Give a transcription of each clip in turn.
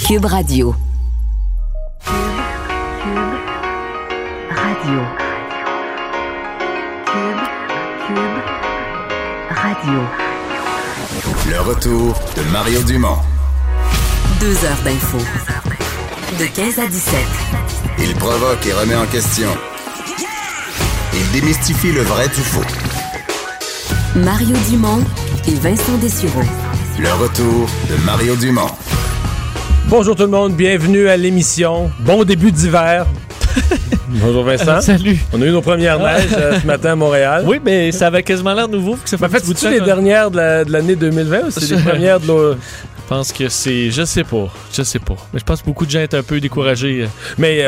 Cube Radio. Radio. Cube Radio. Le retour de Mario Dumont. 2 heures d'info. De 15 à 17. Il provoque et remet en question. Il démystifie le vrai du faux. Mario Dumont et Vincent Dessureau. Le retour de Mario Dumont. Bonjour tout le monde, bienvenue à l'émission. Bon début d'hiver. Bonjour Vincent. Salut. On a eu nos premières neiges ce matin à Montréal. Oui, mais ça avait quasiment l'air nouveau. Que ça En fait, c'est-tu les dernières de l'année 2020 ou c'est les premières de l'eau? Je pense que c'est... Je sais pas. Mais je pense que beaucoup de gens étaient un peu découragés. Mais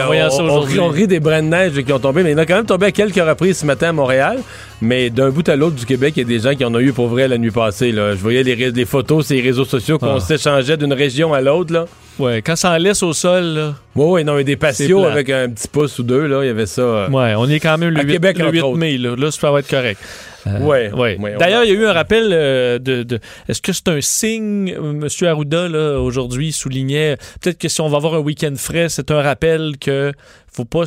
on rit des brins de neige qui ont tombé, mais il y en a quand même tombé à quelques reprises ce matin à Montréal. Mais d'un bout à l'autre du Québec, il y a des gens qui en ont eu pour vrai la nuit passée. Là. Je voyais les photos sur les réseaux sociaux qu'on s'échangeait d'une région à l'autre. Là. Ouais, quand ça en laisse au sol, là. Oui, non, il y a des patios avec un petit pouce ou deux, là, il y avait ça. Ouais, on est quand même le 8 mai, là, ça va être correct. Ouais. D'ailleurs, il y a eu un rappel de est-ce que c'est un signe, M. Arruda, là, aujourd'hui, soulignait, peut-être que si on va avoir un week-end frais, c'est un rappel que faut pas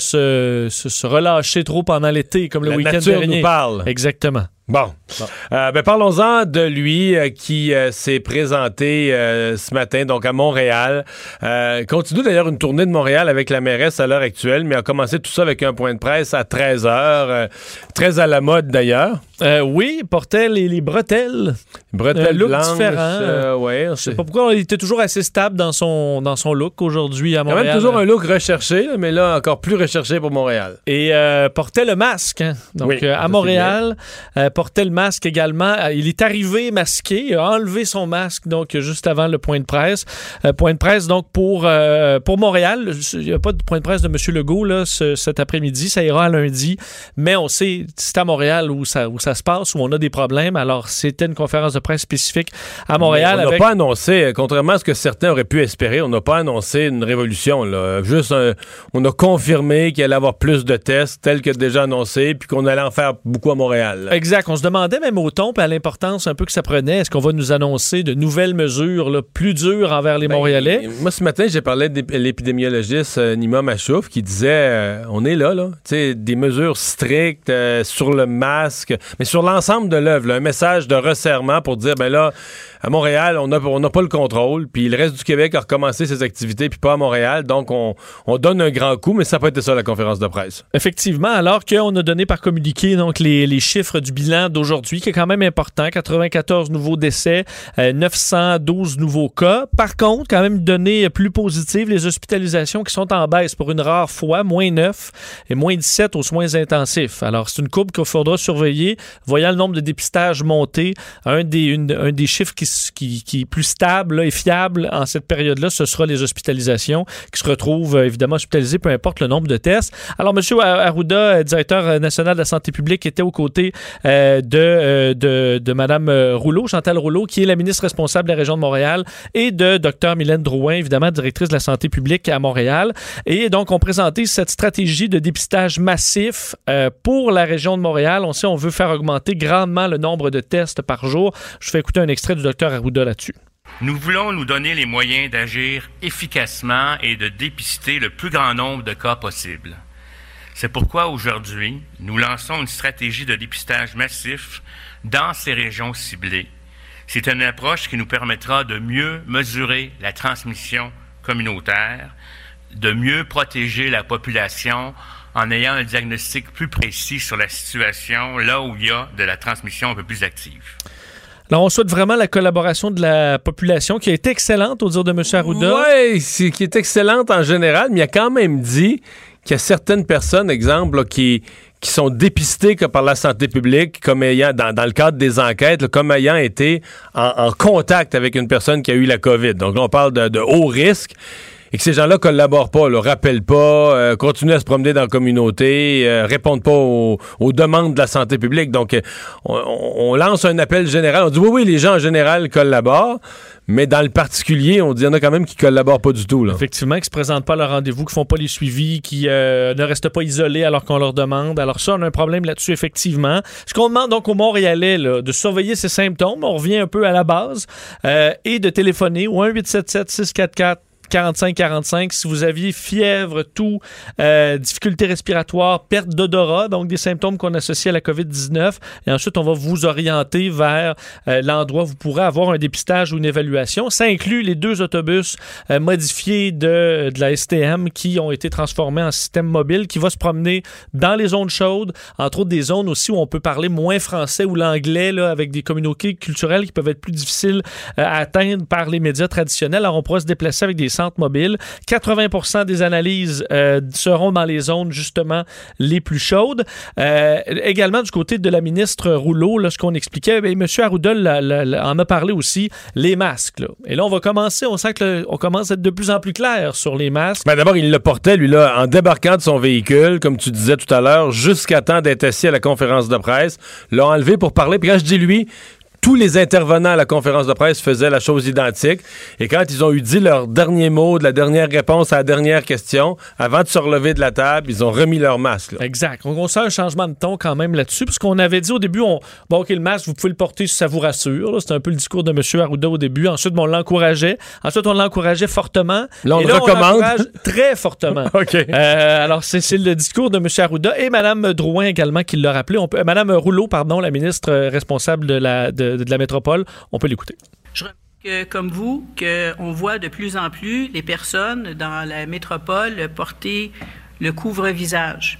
se relâcher trop pendant l'été, comme le week-end dernier. La nature nous parle. Exactement. Bon. Parlons-en de lui qui s'est présenté ce matin donc à Montréal. Continue d'ailleurs une tournée de Montréal avec la mairesse à l'heure actuelle, mais a commencé tout ça avec un point de presse à 13h. Très à la mode d'ailleurs. Oui, il portait les bretelles. Bretelles look blanches. Différent. Je sais pas pourquoi, il était toujours assez stable dans son look aujourd'hui à Montréal. Quand même toujours un look recherché, mais là encore plus recherché pour Montréal. Et portait le masque. Hein? Donc oui, à Montréal, portait le masque également. Il est arrivé masqué, il a enlevé son masque donc juste avant le point de presse. Point de presse donc pour Montréal. Il n'y a pas de point de presse de M. Legault là, cet après-midi. Ça ira à lundi. Mais on sait, c'est à Montréal où ça se passe, où on a des problèmes. Alors, c'était une conférence de presse spécifique à Montréal. Mais on n'a pas annoncé, contrairement à ce que certains auraient pu espérer, on n'a pas annoncé une révolution. Là. Juste, on a confirmé qu'il allait y avoir plus de tests, tels que déjà annoncé, puis qu'on allait en faire beaucoup à Montréal. Là. Exact. On se demandait même au ton et à l'importance un peu que ça prenait. Est-ce qu'on va nous annoncer de nouvelles mesures là, plus dures envers les Montréalais? Moi, ce matin, j'ai parlé de l'épidémiologiste Nima Machouf qui disait, on est là, tu sais, des mesures strictes sur le masque, mais sur l'ensemble de l'œuvre, là, un message de resserrement pour dire, ben là, à Montréal, on n'a pas le contrôle, puis le reste du Québec a recommencé ses activités, puis pas à Montréal, donc on donne un grand coup, mais ça n'a pas été ça la conférence de presse. Effectivement, alors qu'on a donné par communiqué donc les chiffres du bilan d'aujourd'hui, qui est quand même important, 94 nouveaux décès, 912 nouveaux cas. Par contre, quand même une donnée plus positive, les hospitalisations qui sont en baisse pour une rare fois, moins 9 et moins 17 aux soins intensifs. Alors, c'est une courbe qu'il faudra surveiller, voyant le nombre de dépistages monter. Un des chiffres qui est plus stable là, et fiable en cette période-là, ce sera les hospitalisations qui se retrouvent évidemment hospitalisées, peu importe le nombre de tests. Alors, M. Arruda, directeur national de la santé publique, était aux côtés de Mme Rouleau, Chantal Rouleau, qui est la ministre responsable de la région de Montréal, et de Dr Mylène Drouin, évidemment, directrice de la santé publique à Montréal. Et donc, on présentait cette stratégie de dépistage massif pour la région de Montréal. On sait, on veut faire augmenter grandement le nombre de tests par jour. Je fais écouter un extrait du Dr Arruda là-dessus. Nous voulons nous donner les moyens d'agir efficacement et de dépister le plus grand nombre de cas possible. C'est pourquoi aujourd'hui, nous lançons une stratégie de dépistage massif dans ces régions ciblées. C'est une approche qui nous permettra de mieux mesurer la transmission communautaire, de mieux protéger la population en ayant un diagnostic plus précis sur la situation là où il y a de la transmission un peu plus active. Alors, on souhaite vraiment la collaboration de la population qui a été excellente au dire de M. Arruda. Oui, qui est excellente en général, mais il a quand même dit qu'il y a certaines personnes, exemple, là, qui sont dépistées par la santé publique comme ayant, dans le cadre des enquêtes, là, comme ayant été en contact avec une personne qui a eu la COVID. Donc là, on parle de haut risque. Et que ces gens-là collaborent pas, rappellent pas, continuent à se promener dans la communauté, répondent pas aux demandes de la santé publique. Donc, on lance un appel général. On dit oui, les gens en général collaborent, mais dans le particulier, on dit il y en a quand même qui collaborent pas du tout. Là. Effectivement, qui se présentent pas à leur rendez-vous, qui font pas les suivis, qui ne restent pas isolés alors qu'on leur demande. Alors ça, on a un problème là-dessus, effectivement. Ce qu'on demande donc aux Montréalais, là, de surveiller ces symptômes, on revient un peu à la base, et de téléphoner au 1-877-644 45-45. Si vous aviez fièvre, toux, difficultés respiratoires, perte d'odorat, donc des symptômes qu'on associe à la COVID-19. Et ensuite, on va vous orienter vers l'endroit où vous pourrez avoir un dépistage ou une évaluation. Ça inclut les 2 autobus modifiés de la STM qui ont été transformés en système mobile qui va se promener dans les zones chaudes, entre autres des zones aussi où on peut parler moins français ou l'anglais, là, avec des communautés culturelles qui peuvent être plus difficiles à atteindre par les médias traditionnels. Alors, on pourra se déplacer avec des centres mobiles. 80% des analyses seront dans les zones, justement, les plus chaudes. Également, du côté de la ministre Rouleau, là, ce qu'on expliquait, M. Arruda en a parlé aussi, les masques. Là. Et là, on sent qu'on commence à être de plus en plus clair sur les masques. Ben d'abord, il le portait, lui, là, en débarquant de son véhicule, comme tu disais tout à l'heure, jusqu'à temps d'être assis à la conférence de presse. L'a enlevé pour parler. Puis quand je dis lui, tous les intervenants à la conférence de presse faisaient la chose identique. Et quand ils ont eu dit leur dernier mot, de la dernière réponse à la dernière question, avant de se relever de la table, ils ont remis leur masque. Là. Exact. On sent un changement de ton quand même là-dessus, parce qu'on avait dit au début, OK, le masque, vous pouvez le porter si ça vous rassure. C'était un peu le discours de M. Arruda au début. Ensuite, on l'encourageait. Ensuite, on l'encourageait fortement. Là, on recommande. On l'encourage très fortement. OK. Alors, c'est le discours de M. Arruda et Mme Drouin également qui l'a rappelé. Mme Rouleau, pardon, la ministre responsable de la métropole. On peut l'écouter. Je remarque, comme vous, qu'on voit de plus en plus les personnes dans la métropole porter le couvre-visage.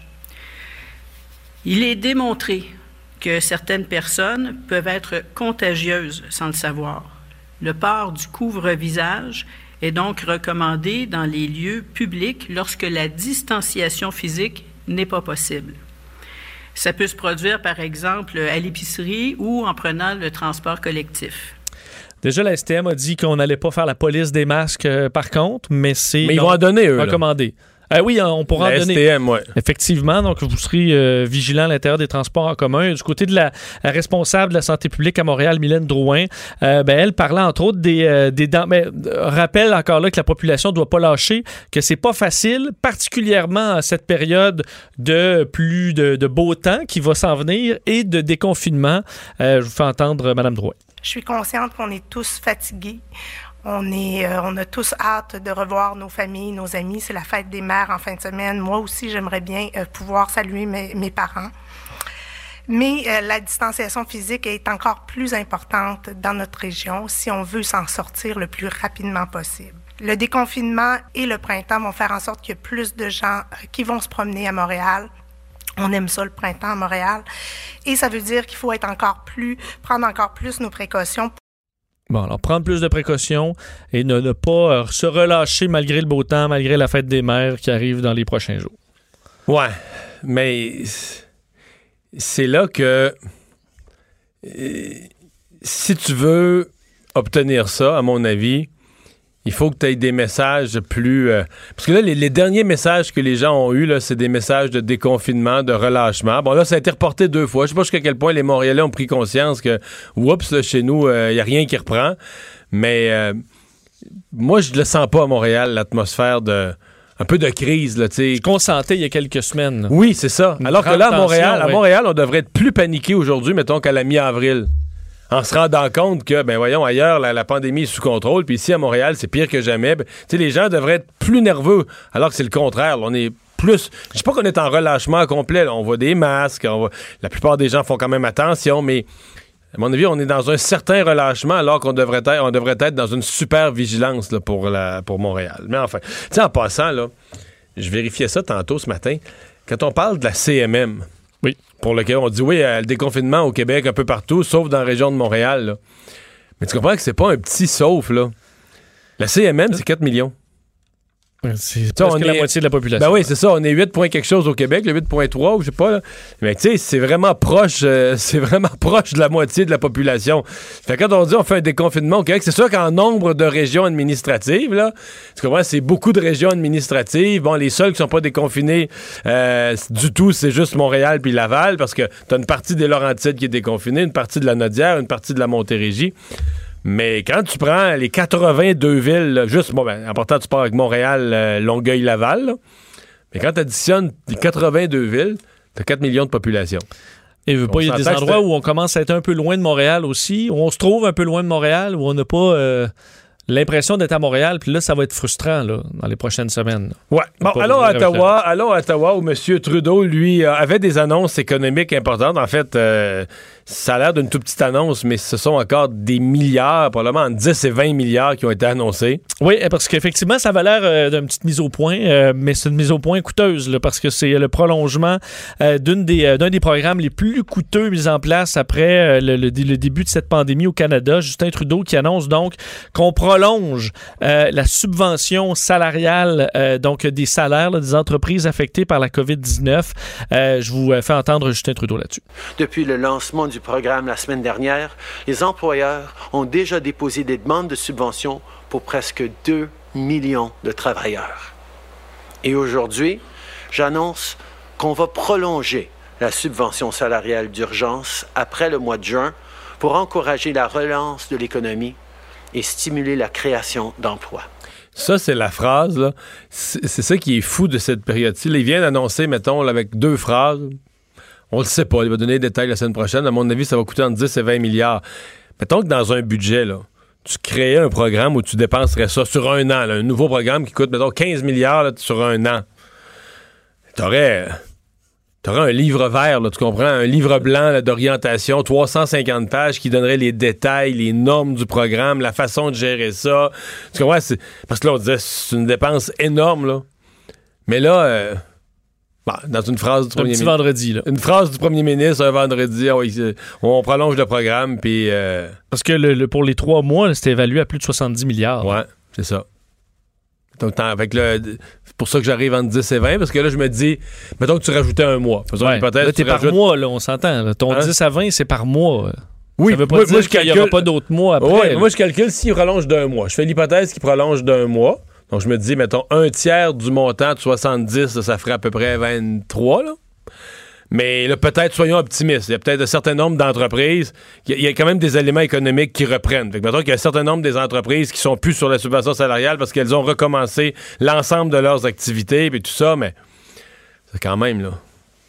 Il est démontré que certaines personnes peuvent être contagieuses sans le savoir. Le port du couvre-visage est donc recommandé dans les lieux publics lorsque la distanciation physique n'est pas possible. Ça peut se produire, par exemple, à l'épicerie ou en prenant le transport collectif. Déjà, la STM a dit qu'on n'allait pas faire la police des masques, par contre, mais ils vont en donner, eux. Recommandé. Oui, on pourra en donner. STM, ouais. Effectivement, donc vous serez vigilant à l'intérieur des transports en commun. Du côté de la responsable de la santé publique à Montréal, Mylène Drouin, elle parlait entre autres des dents. Mais rappelle encore là que la population ne doit pas lâcher, que c'est pas facile, particulièrement à cette période de plus de beau temps qui va s'en venir et de déconfinement. Je vous fais entendre Mme Drouin. Je suis consciente qu'on est tous fatigués. On a tous hâte de revoir nos familles, nos amis. C'est la fête des mères en fin de semaine. Moi aussi, j'aimerais bien pouvoir saluer mes parents. Mais la distanciation physique est encore plus importante dans notre région si on veut s'en sortir le plus rapidement possible. Le déconfinement et le printemps vont faire en sorte qu'il y a plus de gens qui vont se promener à Montréal. On aime ça, le printemps à Montréal. Et ça veut dire qu'il faut être prendre encore plus nos précautions. Bon, alors prendre plus de précautions et ne pas se relâcher malgré le beau temps, malgré la fête des mères qui arrive dans les prochains jours. Ouais, mais c'est là que si tu veux obtenir ça, à mon avis, il faut que tu aies des messages plus... parce que là, les derniers messages que les gens ont eus, là, c'est des messages de déconfinement, de relâchement. Bon, là, ça a été reporté 2 fois. Je sais pas jusqu'à quel point les Montréalais ont pris conscience que, oups, là, chez nous, il n'y a rien qui reprend. Mais moi, je le sens pas à Montréal, l'atmosphère de... un peu de crise, là, tu sais. Ce qu'on sentait il y a quelques semaines. Oui, c'est ça. Alors que là, à Montréal, on devrait être plus paniqué aujourd'hui, mettons, qu'à la mi-avril. En se rendant compte que, voyons, ailleurs, la pandémie est sous contrôle, puis ici, à Montréal, c'est pire que jamais. Tu sais, les gens devraient être plus nerveux, alors que c'est le contraire. Là, on est plus... Je dis pas qu'on est en relâchement complet. Là. On voit des masques. La plupart des gens font quand même attention, mais à mon avis, on est dans un certain relâchement, alors qu'on devrait être dans une super vigilance là, pour Montréal. Mais enfin, tu sais, en passant, là, je vérifiais ça tantôt ce matin. Quand on parle de la CMM... Oui. Pour lequel on dit, le déconfinement au Québec un peu partout, sauf dans la région de Montréal. Là. Mais tu comprends que c'est pas un petit sauf, là. La CMM, c'est 4 millions. C'est presque la moitié de la population. Ben oui, c'est ça. On est 8 points quelque chose au Québec, le 8,3 ou je sais pas. Là. Mais tu sais, c'est vraiment proche de la moitié de la population. Fait que quand on dit on fait un déconfinement au Québec, c'est sûr qu'en nombre de régions administratives, là, tu comprends, c'est beaucoup de régions administratives. Bon, les seuls qui sont pas déconfinés du tout, c'est juste Montréal puis Laval, parce que t'as une partie des Laurentides qui est déconfinée, une partie de la Naudière, une partie de la Montérégie. Mais quand tu prends les 82 villes, là, juste, important, tu pars avec Montréal, Longueuil, Laval, là, mais quand tu additionnes les 82 villes, tu as 4 millions de population. Et il y a des endroits où on commence à être un peu loin de Montréal aussi, où on se trouve un peu loin de Montréal, où on n'a pas l'impression d'être à Montréal, puis là, ça va être frustrant là, dans les prochaines semaines. Ouais. Bon, allons à Ottawa, où M. Trudeau, lui, avait des annonces économiques importantes. En fait, ça a l'air d'une toute petite annonce, mais ce sont encore des milliards, probablement entre 10 et 20 milliards qui ont été annoncés. Oui, parce qu'effectivement, ça avait l'air d'une petite mise au point, mais c'est une mise au point coûteuse, là, parce que c'est le prolongement d'un des programmes les plus coûteux mis en place après le début de cette pandémie au Canada. Justin Trudeau qui annonce donc qu'on prolonge la subvention salariale donc des salaires là, des entreprises affectées par la COVID-19. Je vous fais entendre Justin Trudeau là-dessus. Depuis le lancement du programme la semaine dernière, les employeurs ont déjà déposé des demandes de subvention pour presque 2 millions de travailleurs. Et aujourd'hui, j'annonce qu'on va prolonger la subvention salariale d'urgence après le mois de juin pour encourager la relance de l'économie et stimuler la création d'emplois. Ça, c'est la phrase, là. C'est ça qui est fou de cette période-ci. Là, il vient d'annoncer, mettons, là, avec 2 phrases. On le sait pas. Il va donner des détails la semaine prochaine. À mon avis, ça va coûter entre 10 et 20 milliards. Mettons que dans un budget, là, tu créais un programme où tu dépenserais ça sur un an. Là, un nouveau programme qui coûte, mettons, 15 milliards là, sur un an. T'aurais un livre vert, là, tu comprends? Un livre blanc là, d'orientation, 350 pages qui donnerait les détails, les normes du programme, la façon de gérer ça. Tu comprends? Parce que là, on disait c'est une dépense énorme, là. Mais là... dans une phrase du premier ministre. Vendredi, là. Une phrase du premier ministre un vendredi, on prolonge le programme, puis... Parce que pour les 3 mois, là, c'était évalué à plus de 70 milliards. Ouais, c'est ça. Donc, c'est pour ça que j'arrive entre 10 et 20, parce que là, je me dis, mettons que tu rajoutais un mois. Ouais. Là, t'es par mois, là, on s'entend. Là. Ton 10 à 20, c'est par mois. Oui, ça veut pas dire qu'il n'y aura pas d'autres mois après. Ouais, moi, je calcule s'il prolonge d'un mois. Je fais l'hypothèse qu'il prolonge d'un mois. Donc, je me dis, mettons, un tiers du montant de 70, ça ferait à peu près 23, là. Mais là, peut-être, soyons optimistes. Il y a peut-être un certain nombre d'entreprises. Il y a quand même des éléments économiques qui reprennent. Fait que, mettons qu'il y a un certain nombre des entreprises qui sont plus sur la subvention salariale parce qu'elles ont recommencé l'ensemble de leurs activités et tout ça, mais c'est quand même, là.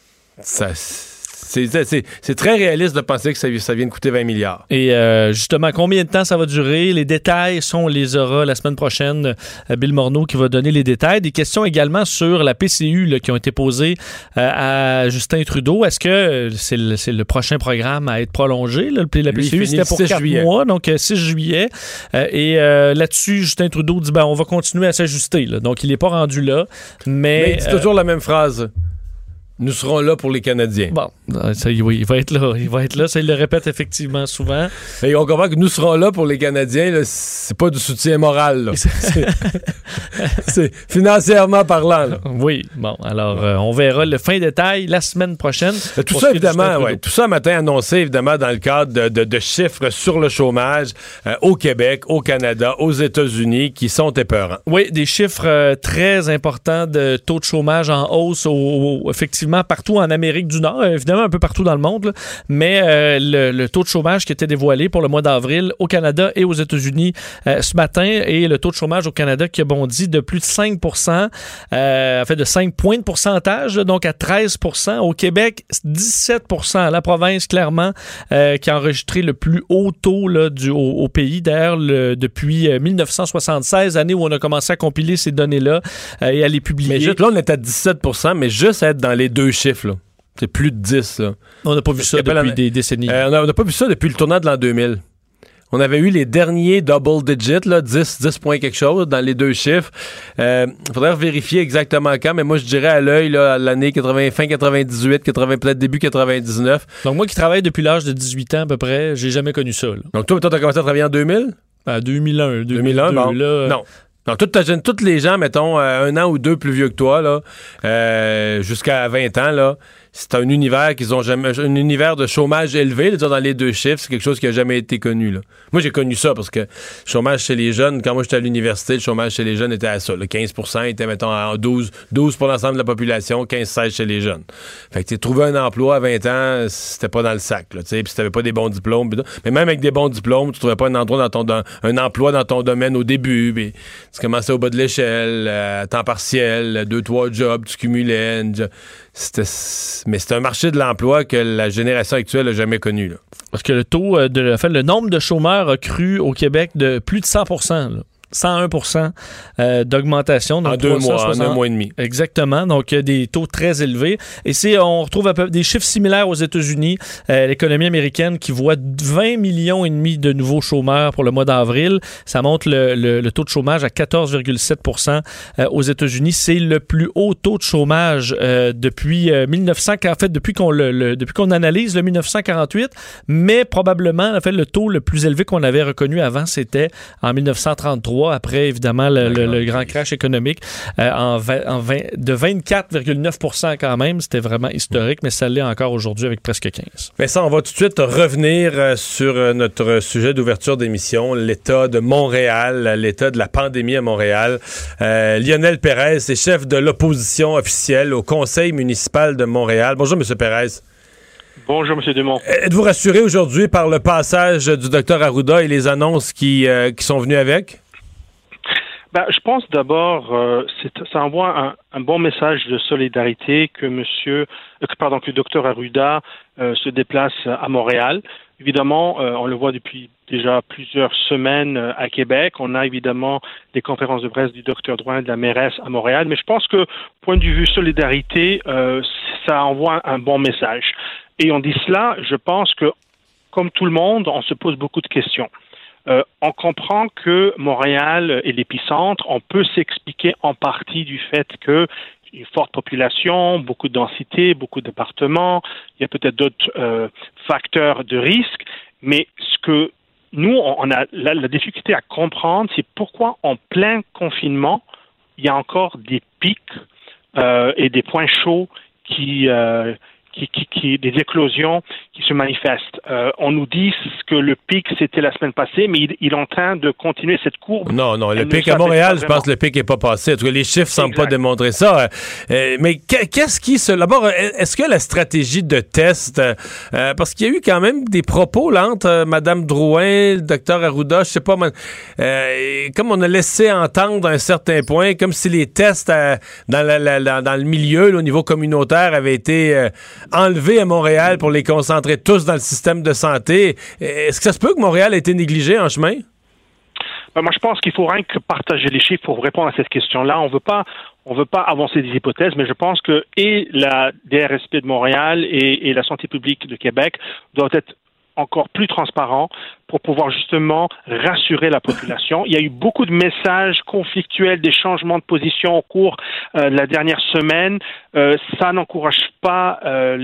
C'est très réaliste de penser que ça vient de coûter 20 milliards. Et justement, combien de temps ça va durer? Les détails, on les aura la semaine prochaine. Bill Morneau qui va donner les détails. Des questions également sur la PCU là, qui ont été posées à Justin Trudeau. Est-ce que c'est le prochain programme à être prolongé? Là? La PCU, c'était pour 4 mois, donc 6 juillet. Et là-dessus, Justin Trudeau dit on va continuer à s'ajuster. Là. Donc, il n'est pas rendu là. Mais il dit toujours la même phrase. Nous serons là pour les Canadiens. Bon, ça, oui, il va être là. Il va être là. Ça, il le répète effectivement souvent. Et on comprend que nous serons là pour les Canadiens. Là, c'est pas du soutien moral. Là. C'est financièrement parlant. Là. Oui. Bon, alors, on verra le fin détail la semaine prochaine. Tout ça, évidemment, tout ça matin annoncé, évidemment, dans le cadre de chiffres sur le chômage au Québec, au Canada, aux États-Unis, qui sont épeurants. Oui, des chiffres très importants de taux de chômage en hausse effectivement partout en Amérique du Nord, évidemment un peu partout dans le monde, là, mais le taux de chômage qui était dévoilé pour le mois d'avril au Canada et aux États-Unis ce matin, et le taux de chômage au Canada qui a bondi de plus de 5 en fait de 5 points de pourcentage, là, donc à 13 Au Québec, 17 La province, clairement, qui a enregistré le plus haut taux là, au pays, d'ailleurs, depuis 1976, année où on a commencé à compiler ces données-là et à les publier. Mais juste là, on est à 17 mais juste à être dans les 2 chiffres, là. C'est plus de 10, là. On n'a pas vu ça depuis des décennies. On n'a pas vu ça depuis le tournant de l'an 2000. On avait eu les derniers double digits, là, 10 points quelque chose dans les 2 chiffres. Faudrait vérifier exactement quand, mais moi, je dirais à l'œil, là, à l'année fin 98, peut-être début 99. Donc, moi qui travaille depuis l'âge de 18 ans à peu près, j'ai jamais connu ça, là. Donc, toi, t'as commencé à travailler en 2000? 2001, 2001, bon. Là, non. Donc, tous les gens, mettons, 1 an ou 2 plus vieux que toi, là, jusqu'à 20 ans, là, c'est un univers qu'ils ont jamais, un univers de chômage élevé, là, dans les 2 chiffres, c'est quelque chose qui a jamais été connu, là. Moi, j'ai connu ça parce que le chômage chez les jeunes, quand moi j'étais à l'université, le chômage chez les jeunes était à ça, là, 15% était, mettons, à 12 pour l'ensemble de la population, 15-16 chez les jeunes. Fait que, trouver un emploi à 20 ans, c'était pas dans le sac, là, tu sais, puis si t'avais pas des bons diplômes, mais même avec des bons diplômes, tu trouvais pas un emploi dans ton domaine au début, puis tu commençais au bas de l'échelle, à temps partiel, 2-3 jobs, tu cumulais, mais c'est un marché de l'emploi que la génération actuelle n'a jamais connu, là. Parce que le nombre de chômeurs a cru au Québec de plus de 100%. 101% d'augmentation. Donc en 2 mois, en 1 mois et demi. Exactement. Donc, des taux très élevés. Et on retrouve des chiffres similaires aux États-Unis. L'économie américaine qui voit 20 millions et demi de nouveaux chômeurs pour le mois d'avril. Ça monte le taux de chômage à 14,7% aux États-Unis. C'est le plus haut taux de chômage depuis 1900, en fait, depuis qu'on analyse le 1948, mais probablement, en fait, le taux le plus élevé qu'on avait reconnu avant, c'était en 1933. Après, évidemment, le grand crash économique de 24,9% quand même. C'était vraiment historique, mais ça l'est encore aujourd'hui avec presque 15%. Mais ça, on va tout de suite revenir sur notre sujet d'ouverture d'émission, l'état de Montréal, l'état de la pandémie à Montréal. Lionel Pérez est chef de l'opposition officielle au Conseil municipal de Montréal. Bonjour, M. Pérez. Bonjour, M. Dumont. Êtes-vous rassuré aujourd'hui par le passage du Dr Arruda et les annonces qui sont venues avec? Je pense d'abord, ça envoie un bon message de solidarité que que Dr Arruda se déplace à Montréal. Évidemment, on le voit depuis déjà plusieurs semaines à Québec. On a évidemment des conférences de presse du Dr Drouin, de la mairesse à Montréal. Mais je pense que, point de vue solidarité, ça envoie un bon message. Et on dit cela, je pense que, comme tout le monde, on se pose beaucoup de questions. On comprend que Montréal est l'épicentre. On peut s'expliquer en partie du fait que une forte population, beaucoup de densité, beaucoup de départements. Il y a peut-être d'autres facteurs de risque. Mais ce que nous, on a la difficulté à comprendre, c'est pourquoi en plein confinement, il y a encore des pics et des points chauds des éclosions qui se manifestent. On nous dit que le pic, c'était la semaine passée, mais il est en train de continuer cette courbe. Non, le pic à Montréal, je pense que le pic n'est pas passé. En tout cas, les chiffres ne semblent pas démontrer ça. Mais qu'est-ce qui se... D'abord, est-ce que la stratégie de test... parce qu'il y a eu quand même des propos là, entre Mme Drouin, le Dr Arruda, je sais pas... comme on a laissé entendre à un certain point, comme si les tests dans le milieu, là, au niveau communautaire, avaient été... enlevés à Montréal pour les concentrer tous dans le système de santé. Est-ce que ça se peut que Montréal ait été négligé en chemin? Moi, je pense qu'il faut rien que partager les chiffres pour répondre à cette question-là. On veut pas avancer des hypothèses, mais je pense que et la DRSP de Montréal et la santé publique de Québec doivent être encore plus transparent pour pouvoir justement rassurer la population. Il y a eu beaucoup de messages conflictuels, des changements de position au cours de la dernière semaine. Ça n'encourage pas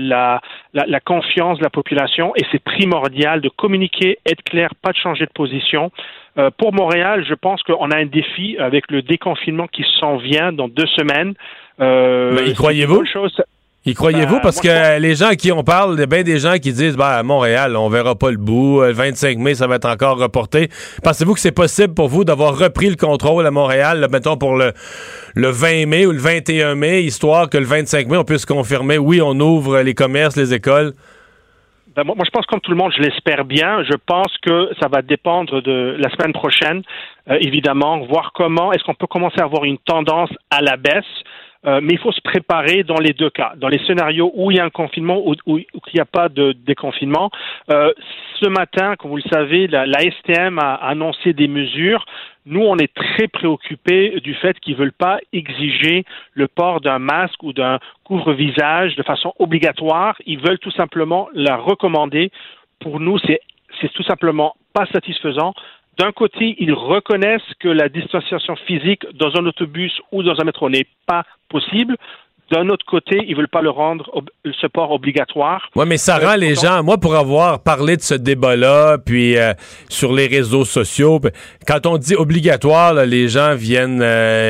la confiance de la population et c'est primordial de communiquer, être clair, pas de changer de position. Pour Montréal, je pense qu'on a un défi avec le déconfinement qui s'en vient dans 2 semaines. Mais y croyez-vous? Y croyez-vous? Parce que les gens à qui on parle, il y a bien des gens qui disent à Montréal, on verra pas le bout. Le 25 mai, ça va être encore reporté. Pensez-vous que c'est possible pour vous d'avoir repris le contrôle à Montréal, là, mettons pour le 20 mai ou le 21 mai, histoire que le 25 mai, on puisse confirmer, oui, on ouvre les commerces, les écoles? Moi, je pense comme tout le monde, je l'espère bien. Je pense que ça va dépendre de la semaine prochaine, évidemment, voir comment est-ce qu'on peut commencer à avoir une tendance à la baisse. Mais il faut se préparer dans les 2 cas. Dans les scénarios où il y a un confinement ou il n'y a pas de déconfinement. Ce matin, comme vous le savez, la STM a annoncé des mesures. Nous, on est très préoccupés du fait qu'ils ne veulent pas exiger le port d'un masque ou d'un couvre-visage de façon obligatoire. Ils veulent tout simplement la recommander. Pour nous, c'est tout simplement pas satisfaisant. D'un côté, ils reconnaissent que la distanciation physique dans un autobus ou dans un métro n'est pas possible. D'un autre côté, ils veulent pas le rendre ce port obligatoire. Oui, mais ça rend les gens... Moi, pour avoir parlé de ce débat-là, puis sur les réseaux sociaux, quand on dit obligatoire, là, les gens viennent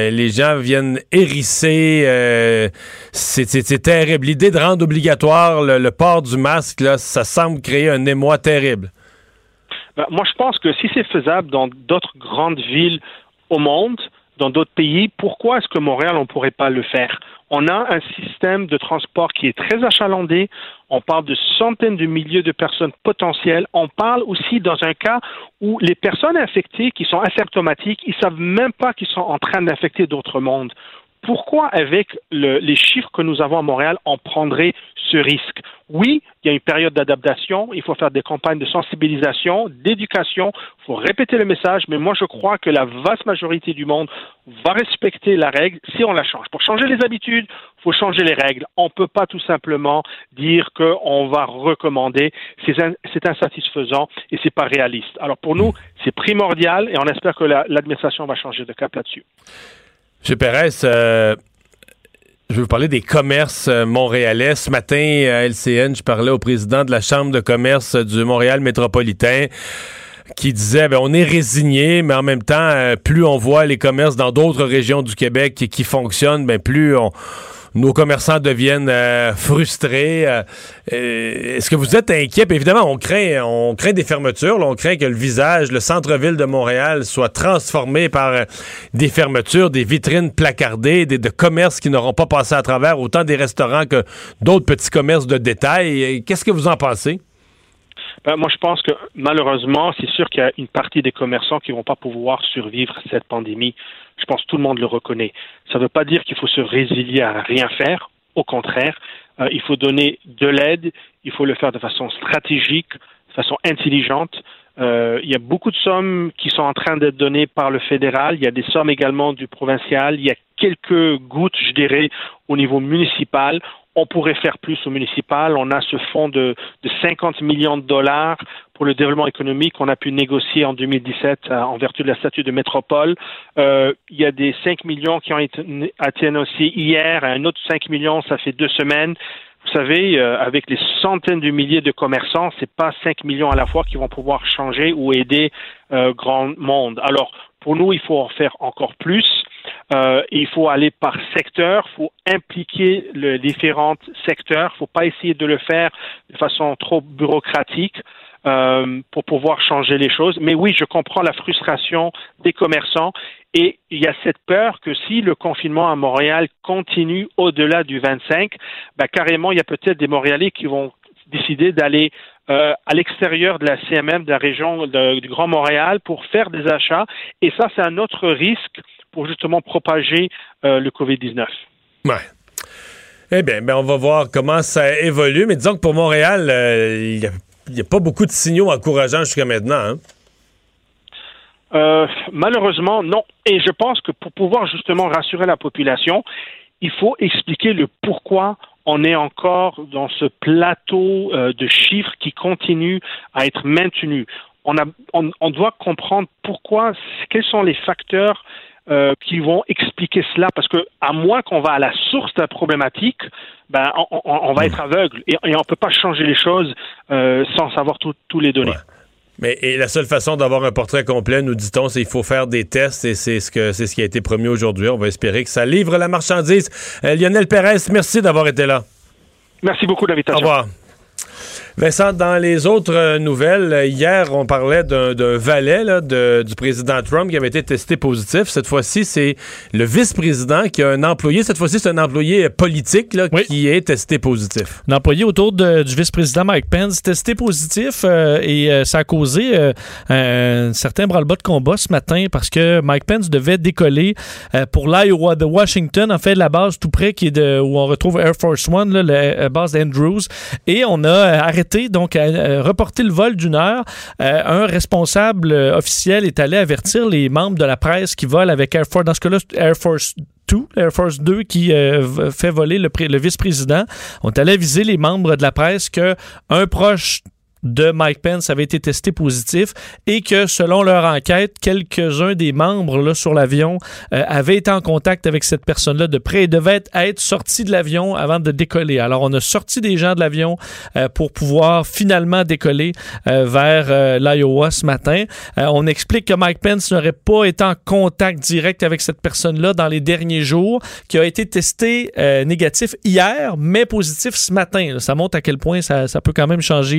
hérisser. C'est terrible. L'idée de rendre obligatoire le port du masque, là, ça semble créer un émoi terrible. Moi, je pense que si c'est faisable dans d'autres grandes villes au monde, dans d'autres pays, pourquoi est-ce que Montréal, on ne pourrait pas le faire? On a un système de transport qui est très achalandé. On parle de centaines de milliers de personnes potentielles. On parle aussi dans un cas où les personnes infectées qui sont asymptomatiques, ils ne savent même pas qu'ils sont en train d'infecter d'autres mondes. pourquoi avec les chiffres que nous avons à Montréal, on prendrait ce risque? Oui, il y a une période d'adaptation, il faut faire des campagnes de sensibilisation, d'éducation, il faut répéter le message, mais moi je crois que la vaste majorité du monde va respecter la règle si on la change. Pour changer les habitudes, il faut changer les règles. On ne peut pas tout simplement dire qu'on va recommander. C'est insatisfaisant et c'est pas réaliste. Alors pour nous, c'est primordial et on espère que l'administration va changer de cap là-dessus. M. Pérez, je veux vous parler des commerces montréalais. Ce matin, à LCN, je parlais au président de la Chambre de commerce du Montréal métropolitain qui disait, on est résigné, mais en même temps, plus on voit les commerces dans d'autres régions du Québec qui fonctionnent, plus nos commerçants deviennent frustrés. Est-ce que vous êtes inquiet? Puis évidemment, on craint des fermetures. Là, on craint que le centre-ville de Montréal soit transformé par des fermetures, des vitrines placardées, de commerces qui n'auront pas passé à travers, autant des restaurants que d'autres petits commerces de détail. Qu'est-ce que vous en pensez? Moi, je pense que malheureusement, c'est sûr qu'il y a une partie des commerçants qui ne vont pas pouvoir survivre cette pandémie. Je pense que tout le monde le reconnaît. Ça ne veut pas dire qu'il faut se résilier à rien faire. Au contraire, il faut donner de l'aide, il faut le faire de façon stratégique, de façon intelligente. Il y a beaucoup de sommes qui sont en train d'être données par le fédéral. Il y a des sommes également du provincial. Il y a quelques gouttes, je dirais, au niveau municipal. On pourrait faire plus au municipal. On a ce fonds de 50 millions de dollars pour le développement économique qu'on a pu négocier en 2017 en vertu de la statut de métropole. Il y a des 5 millions qui ont été annoncés hier, un autre 5 millions, ça fait 2 semaines. Vous savez, avec les centaines de milliers de commerçants, c'est pas 5 millions à la fois qui vont pouvoir changer ou aider grand monde. Alors, pour nous, il faut en faire encore plus. Il faut aller par secteur, il faut impliquer les différents secteurs, il ne faut pas essayer de le faire de façon trop bureaucratique pour pouvoir changer les choses. Mais oui, je comprends la frustration des commerçants et il y a cette peur que si le confinement à Montréal continue au-delà du 25, carrément, il y a peut-être des Montréalais qui vont décider d'aller à l'extérieur de la CMM, de la région du Grand Montréal pour faire des achats. Et ça, c'est un autre risque pour justement propager le COVID-19. Ouais. Eh bien, on va voir comment ça évolue. Mais disons que pour Montréal, il n'y a pas beaucoup de signaux encourageants jusqu'à maintenant. Malheureusement, non. Et je pense que pour pouvoir justement rassurer la population, il faut expliquer le pourquoi on est encore dans ce plateau de chiffres qui continue à être maintenu. On doit comprendre pourquoi, quels sont les facteurs qui vont expliquer cela, parce que à moins qu'on va à la source de la problématique, on va être aveugle et on ne peut pas changer les choses sans savoir tous les données. Ouais. Et la seule façon d'avoir un portrait complet, nous dit-on, c'est qu'il faut faire des tests et c'est ce qui a été promis aujourd'hui. On va espérer que ça livre la marchandise. Lionel Pérez, merci d'avoir été là. Merci beaucoup de l'invitation. Au revoir. Vincent, dans les autres nouvelles, hier, on parlait d'un valet du président Trump qui avait été testé positif. Cette fois-ci, c'est le vice-président qui a un employé. Cette fois-ci, c'est un employé politique qui est testé positif. Un employé autour du vice-président Mike Pence testé positif et ça a causé un certain branle-bas de combat ce matin parce que Mike Pence devait décoller pour l'Iowa de Washington, en fait, la base tout près où on retrouve Air Force One, la base d'Andrews. Et on a arrêté, donc reporté le vol d'1 heure. Un responsable officiel est allé avertir les membres de la presse qui volent avec Air Force, dans ce cas-là, Air Force 2 qui fait voler le vice-président. On est allé aviser les membres de la presse qu'un proche de Mike Pence avait été testé positif et que, selon leur enquête, quelques-uns des membres sur l'avion avaient été en contact avec cette personne-là de près et devaient être sortis de l'avion avant de décoller. Alors, on a sorti des gens de l'avion pour pouvoir finalement décoller vers l'Iowa ce matin. On explique que Mike Pence n'aurait pas été en contact direct avec cette personne-là dans les derniers jours, qui a été testé négatif hier, mais positif ce matin. Ça montre à quel point ça peut quand même changer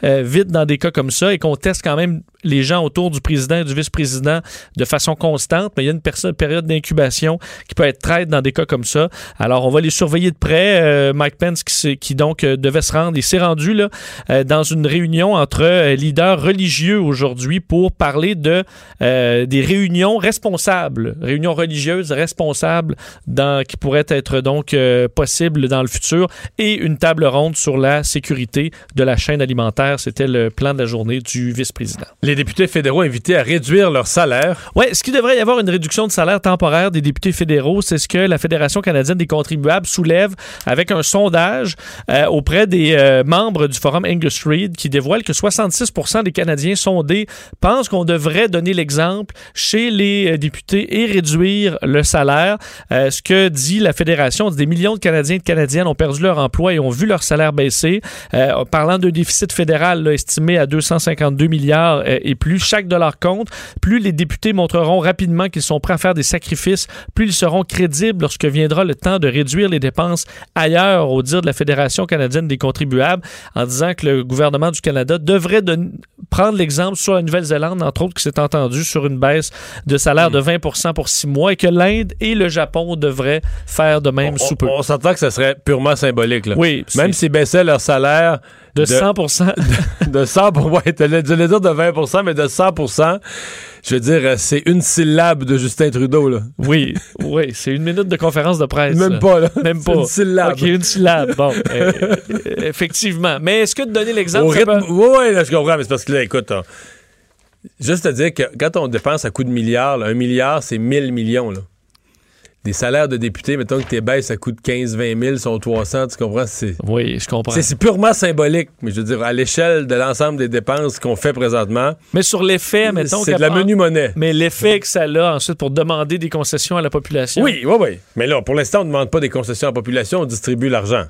vite dans des cas comme ça et qu'on teste quand même les gens autour du président et du vice-président de façon constante, mais il y a une période d'incubation qui peut être traite dans des cas comme ça. Alors, on va les surveiller de près. Mike Pence qui donc devait se rendre, il s'est rendu là, dans une réunion entre leaders religieux aujourd'hui pour parler de des réunions responsables, réunions religieuses responsables qui pourraient être donc possibles dans le futur et une table ronde sur la sécurité de la chaîne alimentaire. C'était le plan de la journée du vice-président. Les députés fédéraux invités à réduire leur salaire. Oui, est-ce qu'il devrait y avoir une réduction de salaire temporaire des députés fédéraux? C'est ce que la Fédération canadienne des contribuables soulève avec un sondage auprès des membres du Forum Angus Reid qui dévoile que 66% des Canadiens sondés pensent qu'on devrait donner l'exemple chez les députés et réduire le salaire. Ce que dit la Fédération, des millions de Canadiens et de Canadiennes ont perdu leur emploi et ont vu leur salaire baisser. Parlant d'un déficit fédéral là, estimé à 252 milliards et plus, chaque dollar compte. Plus les députés montreront rapidement qu'ils sont prêts à faire des sacrifices, plus ils seront crédibles lorsque viendra le temps de réduire les dépenses ailleurs, au dire de la Fédération canadienne des contribuables, en disant que le gouvernement du Canada devrait prendre l'exemple sur la Nouvelle-Zélande, entre autres, qui s'est entendu sur une baisse de salaire de 20% pour 6 mois et que l'Inde et le Japon devraient faire de même sous peu. On s'entend que ça serait purement symbolique. Là. Oui. Même s'ils baissaient leur salaire de 100%. De 100%. Ouais, tu allais dire de 20%, mais de 100%. Je veux dire, c'est une syllabe de Justin Trudeau, là. Oui, c'est une minute de conférence de presse. Même pas, là. Même pas. Une syllabe. OK, une syllabe. Bon, effectivement. Mais est-ce que de donner l'exemple... Oui, là, je comprends, mais c'est parce que là, écoute, juste à dire que quand on dépense à coups de milliards, là, 1 milliard, c'est 1000 millions, là. Des salaires de députés, mettons que tes baisses, ça coûte 15-20 000, sont 300, tu comprends? Oui, je comprends. C'est purement symbolique, mais je veux dire, à l'échelle de l'ensemble des dépenses qu'on fait présentement... Mais sur l'effet, mettons... C'est de la menu-monnaie. Mais l'effet que ça a ensuite pour demander des concessions à la population... Oui. Mais là, pour l'instant, on ne demande pas des concessions à la population, on distribue l'argent.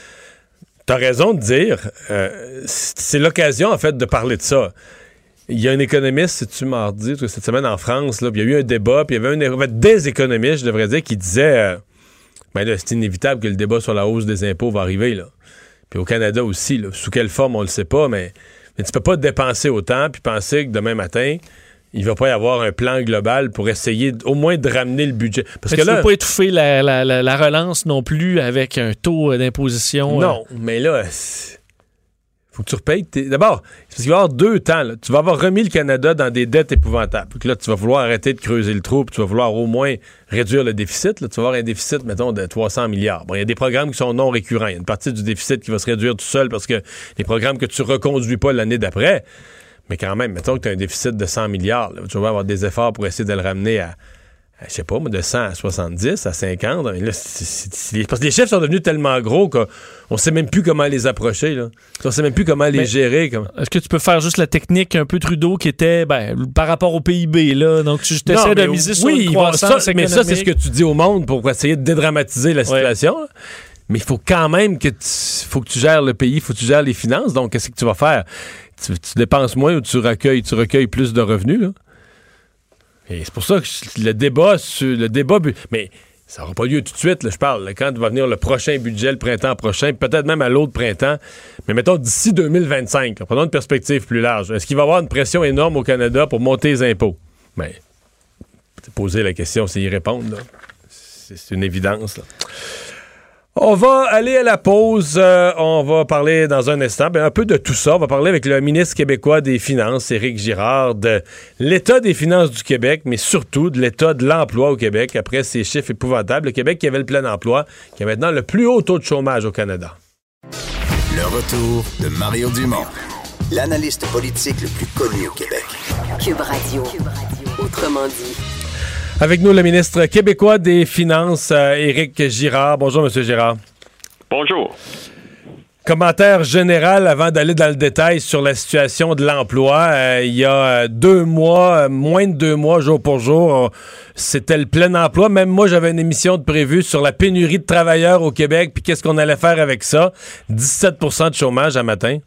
T'as raison de dire, c'est l'occasion, en fait, de parler de ça. Il y a un économiste, c'est-tu mardi, cette semaine en France, là, puis il y a eu un débat, puis il y avait des économistes, je devrais dire, qui disaient ben là, c'est inévitable que le débat sur la hausse des impôts va arriver, là. Puis au Canada aussi, là, sous quelle forme, on le sait pas, mais tu peux pas dépenser autant puis penser que demain matin, il va pas y avoir un plan global pour essayer au moins de ramener le budget. Parce que tu là, peux pas étouffer la relance non plus avec un taux d'imposition. Non, mais là... Faut que tu repayes. D'abord, parce qu'il va y avoir 2 temps. Là. Tu vas avoir remis le Canada dans des dettes épouvantables. Puis là, tu vas vouloir arrêter de creuser le trou, puis tu vas vouloir au moins réduire le déficit. Là. Tu vas avoir un déficit, mettons, de 300 milliards. Bon, il y a des programmes qui sont non récurrents. Il y a une partie du déficit qui va se réduire tout seul parce que les programmes que tu reconduis pas l'année d'après. Mais quand même, mettons que tu as un déficit de 100 milliards. Là, tu vas avoir des efforts pour essayer de le ramener à je sais pas, de 100 à 70, à 50. Là, parce que les chiffres sont devenus tellement gros qu'on sait même plus comment les approcher. Là. On sait même plus comment les gérer. Est-ce que tu peux faire juste la technique un peu Trudeau qui était par rapport au PIB? Là, donc, tu essaies de miser sur une croissance économique. Mais ça, c'est ce que tu dis au monde pour essayer de dédramatiser la situation. Ouais. Mais il faut quand même que tu gères le pays, il faut que tu gères les finances. Donc, qu'est-ce que tu vas faire? Tu dépenses moins ou tu recueilles plus de revenus, là? Et c'est pour ça que le débat, mais ça n'aura pas lieu tout de suite, là, je parle. Là, quand va venir le prochain budget, le printemps prochain, peut-être même à l'autre printemps, mais mettons d'ici 2025, là, prenons une perspective plus large. Est-ce qu'il va y avoir une pression énorme au Canada pour monter les impôts? Bien, poser la question, c'est y répondre. Là. C'est une évidence. Là. On va aller à la pause. On va parler dans un instant un peu de tout ça. On va parler avec le ministre québécois des Finances, Éric Girard, de l'état des finances du Québec, mais surtout de l'état de l'emploi au Québec après ces chiffres épouvantables. Le Québec qui avait le plein emploi, qui a maintenant le plus haut taux de chômage au Canada. Le retour de Mario Dumont, l'analyste politique le plus connu au Québec. Cube Radio. Autrement dit. Avec nous, le ministre québécois des Finances, Éric Girard. Bonjour, M. Girard. Bonjour. Commentaire général avant d'aller dans le détail sur la situation de l'emploi. Il y a 2 mois, moins de 2 mois, jour pour jour, c'était le plein emploi. Même moi, j'avais une émission de prévue sur la pénurie de travailleurs au Québec, puis qu'est-ce qu'on allait faire avec ça. 17% de chômage à matin.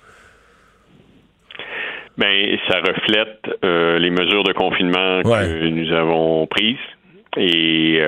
Bien, ça reflète les mesures de confinement que nous avons prises et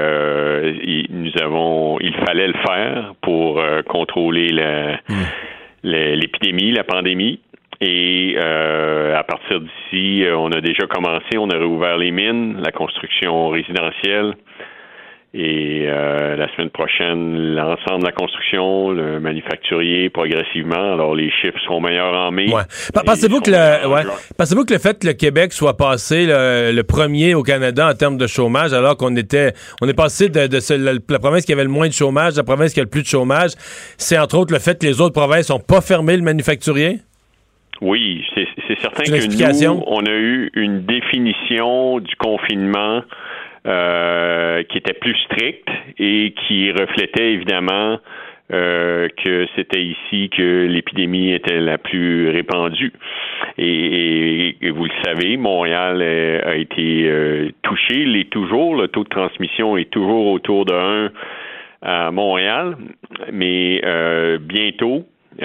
il fallait le faire pour contrôler l'épidémie, la pandémie. Et à partir d'ici, on a déjà commencé, on a réouvert les mines, la construction résidentielle. Et la semaine prochaine, l'ensemble de la construction, le manufacturier progressivement. Alors, les chiffres seront meilleurs en mai. Ouais. Pensez-vous que le fait que le Québec soit passé le premier au Canada en termes de chômage, alors on est passé de la province qui avait le moins de chômage, la province qui a le plus de chômage, c'est entre autres le fait que les autres provinces n'ont pas fermé le manufacturier? Oui, c'est certain que nous, on a eu une définition du confinement qui était plus stricte et qui reflétait évidemment que c'était ici que l'épidémie était la plus répandue. Et vous le savez, Montréal a été touché, l'est toujours. Le taux de transmission est toujours autour de 1 à Montréal, mais bientôt,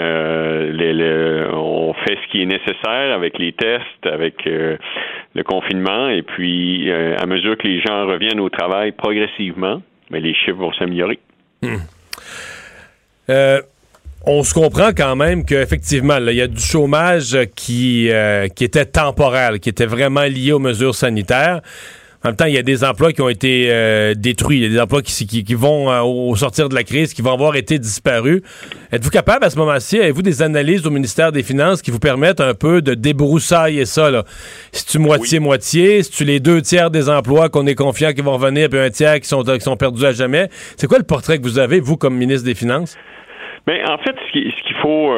on fait ce qui est nécessaire avec les tests, avec le confinement, et puis à mesure que les gens reviennent au travail progressivement, les chiffres vont s'améliorer. On se comprend quand même qu'effectivement, il y a du chômage qui était temporaire, qui était vraiment lié aux mesures sanitaires. En même temps, il y a des emplois qui ont été détruits. Il y a des emplois qui vont, au sortir de la crise, qui vont avoir été disparus. Êtes-vous capable, à ce moment-ci, avez-vous des analyses au ministère des Finances qui vous permettent un peu de débroussailler ça, là? Si tu moitié-moitié, si tu les 2 tiers des emplois qu'on est confiant qu'ils vont revenir, puis 1 tiers qui sont perdus à jamais. C'est quoi le portrait que vous avez, vous, comme ministre des Finances? Bien, en fait, ce qu'il faut...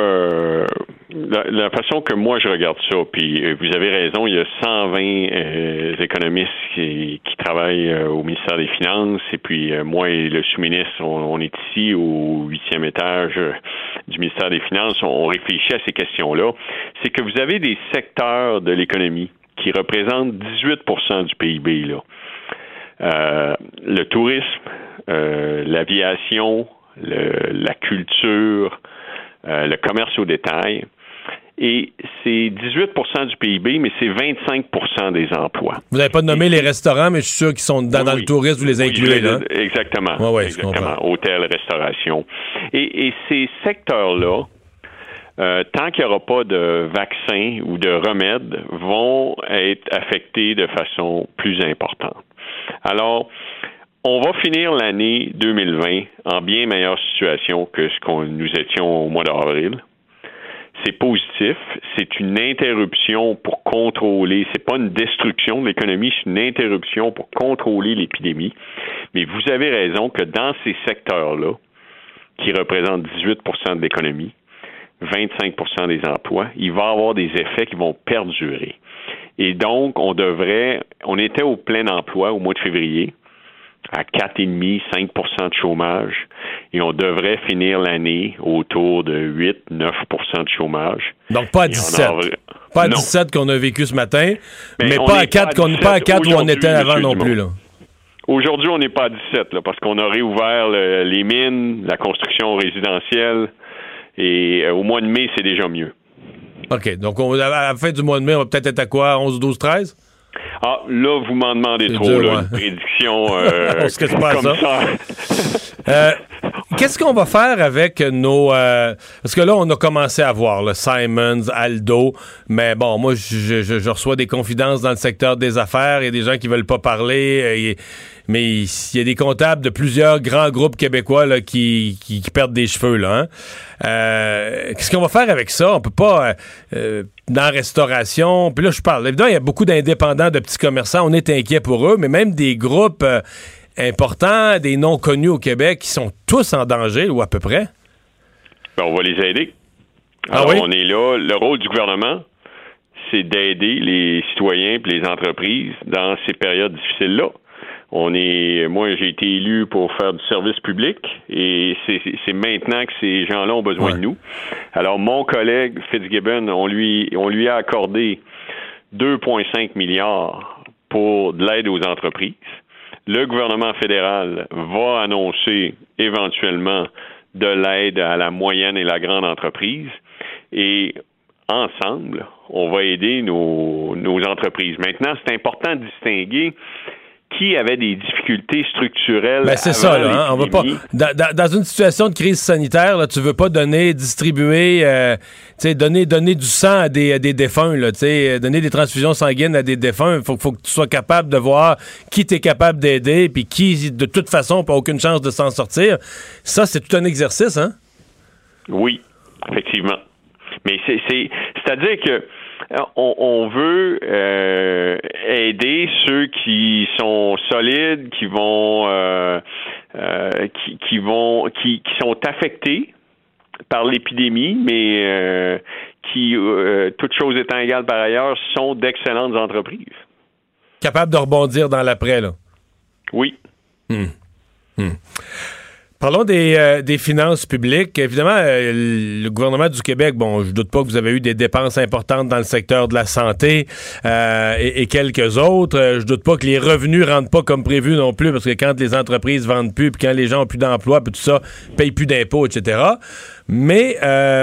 la façon que moi je regarde ça, puis vous avez raison, il y a 120 économistes qui travaillent au ministère des Finances, et puis moi et le sous-ministre, on est ici au 8e étage du ministère des Finances, on réfléchit à ces questions-là. C'est que vous avez des secteurs de l'économie qui représentent 18% du PIB, là. Le tourisme, l'aviation, la culture, le commerce au détail. Et c'est 18% du PIB, mais c'est 25% des emplois. Vous n'avez pas nommé les restaurants, mais je suis sûr qu'ils sont dans le tourisme, vous les incluez, là. Exactement. Exactement. Hôtel, restauration. Et ces secteurs-là, tant qu'il n'y aura pas de vaccin ou de remède, vont être affectés de façon plus importante. Alors, on va finir l'année 2020 en bien meilleure situation que ce qu'on nous étions au mois d'avril. C'est positif. C'est une interruption pour contrôler. C'est pas une destruction de l'économie, c'est une interruption pour contrôler l'épidémie. Mais vous avez raison que dans ces secteurs-là, qui représentent 18% de l'économie, 25% des emplois, il va y avoir des effets qui vont perdurer. Et donc, on était au plein emploi au mois de février, à 4,5-5% de chômage, et on devrait finir l'année autour de 8-9% de chômage. Donc pas à 17. Pas à 17 qu'on a vécu ce matin, mais pas à 4 où on était avant non plus, là. Aujourd'hui, on n'est pas à 17, là, parce qu'on a réouvert les mines, la construction résidentielle, et au mois de mai, c'est déjà mieux. OK. Donc, à la fin du mois de mai, on va peut-être être à quoi? 11, 12, 13? Ah, là, vous m'en demandez trop, dur, là, une prédiction comme ça. Qu'est-ce qu'on va faire avec nos... parce que là, on a commencé à voir le Simons, Aldo, mais bon, moi, je reçois des confidences dans le secteur des affaires, il y a des gens qui veulent pas parler, mais il y a des comptables de plusieurs grands groupes québécois là, qui perdent des cheveux, là. Hein? Qu'est-ce qu'on va faire avec ça? On peut pas... dans la restauration, puis là, je parle. Évidemment, il y a beaucoup d'indépendants, de petits commerçants, on est inquiets pour eux, mais même des groupes importants, des noms connus au Québec, qui sont tous en danger, ou à peu près. Ben, on va les aider. Alors, on est là. Le rôle du gouvernement, c'est d'aider les citoyens et les entreprises dans ces périodes difficiles-là. Moi, j'ai été élu pour faire du service public et c'est maintenant que ces gens-là ont besoin de nous. Alors, mon collègue Fitzgibbon, on lui a accordé 2,5 milliards pour de l'aide aux entreprises. Le gouvernement fédéral va annoncer éventuellement de l'aide à la moyenne et la grande entreprise et ensemble, on va aider nos entreprises. Maintenant, c'est important de distinguer qui avait des difficultés structurelles. Ben c'est ça, là. On veut pas. Dans une situation de crise sanitaire, là, tu veux pas distribuer, donner du sang à des défunts, là, donner des transfusions sanguines à des défunts. Faut que tu sois capable de voir qui t'es capable d'aider, puis qui, de toute façon, n'a pas aucune chance de s'en sortir. Ça, c'est tout un exercice, hein? Oui, effectivement. Mais c'est-à-dire que on veut aider ceux qui sont solides, qui sont affectés par l'épidémie, mais qui, toutes choses étant égales par ailleurs, sont d'excellentes entreprises. Capables de rebondir dans l'après, là. Oui. Parlons des finances publiques. Évidemment, le gouvernement du Québec, je doute pas que vous avez eu des dépenses importantes dans le secteur de la santé et quelques autres. Je doute pas que les revenus rentrent pas comme prévu non plus, parce que quand les entreprises vendent plus, puis quand les gens ont plus d'emploi, puis tout ça, payent plus d'impôts, etc. Mais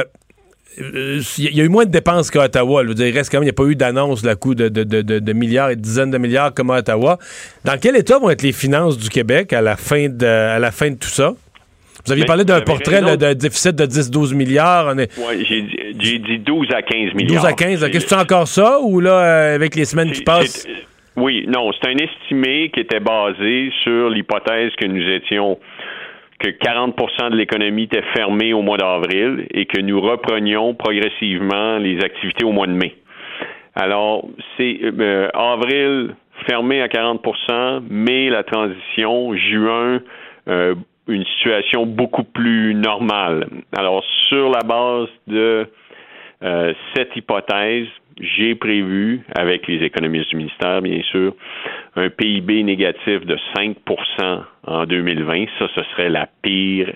il y a eu moins de dépenses qu'à Ottawa. Je veux dire, il reste quand même, il n'y a pas eu d'annonce à coût de milliards et de dizaines de milliards comme à Ottawa. Dans quel état vont être les finances du Québec à la fin de tout ça? Vous aviez parlé d'un portrait d'un déficit de 10-12 milliards. Oui, j'ai dit 12 à 15 milliards. 12 à 15. Est-ce que c'est encore ça ou là, avec les semaines qui passent? Oui, non, c'est un estimé qui était basé sur l'hypothèse que nous étions, que 40% de l'économie était fermée au mois d'avril et que nous reprenions progressivement les activités au mois de mai. Alors, c'est avril fermé à 40%, mai la transition, juin une situation beaucoup plus normale. Alors, sur la base de cette hypothèse, j'ai prévu, avec les économistes du ministère, bien sûr, un PIB négatif de 5% en 2020. Ça, ce serait la pire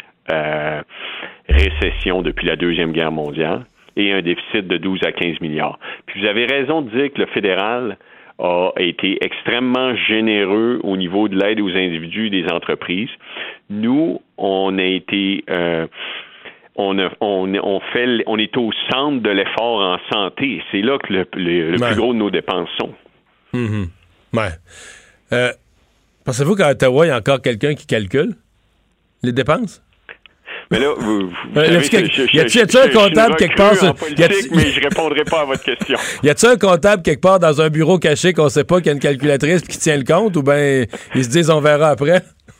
récession depuis la Deuxième Guerre mondiale, et un déficit de 12 à 15 milliards. Puis vous avez raison de dire que le fédéral a été extrêmement généreux au niveau de l'aide aux individus et des entreprises. Nous, on a été... on est au centre de l'effort en santé. C'est là que le plus gros de nos dépenses sont. Mm-hmm. Ouais. Pensez-vous qu'à Ottawa, il y a encore quelqu'un qui calcule les dépenses? Mais là, y a-t-il un comptable quelque part? Mais je répondrai pas à votre question. Y a-t-il un comptable quelque part dans un bureau caché qu'on sait pas, qu'il y a une calculatrice qui tient le compte, ou bien ils se disent on verra après?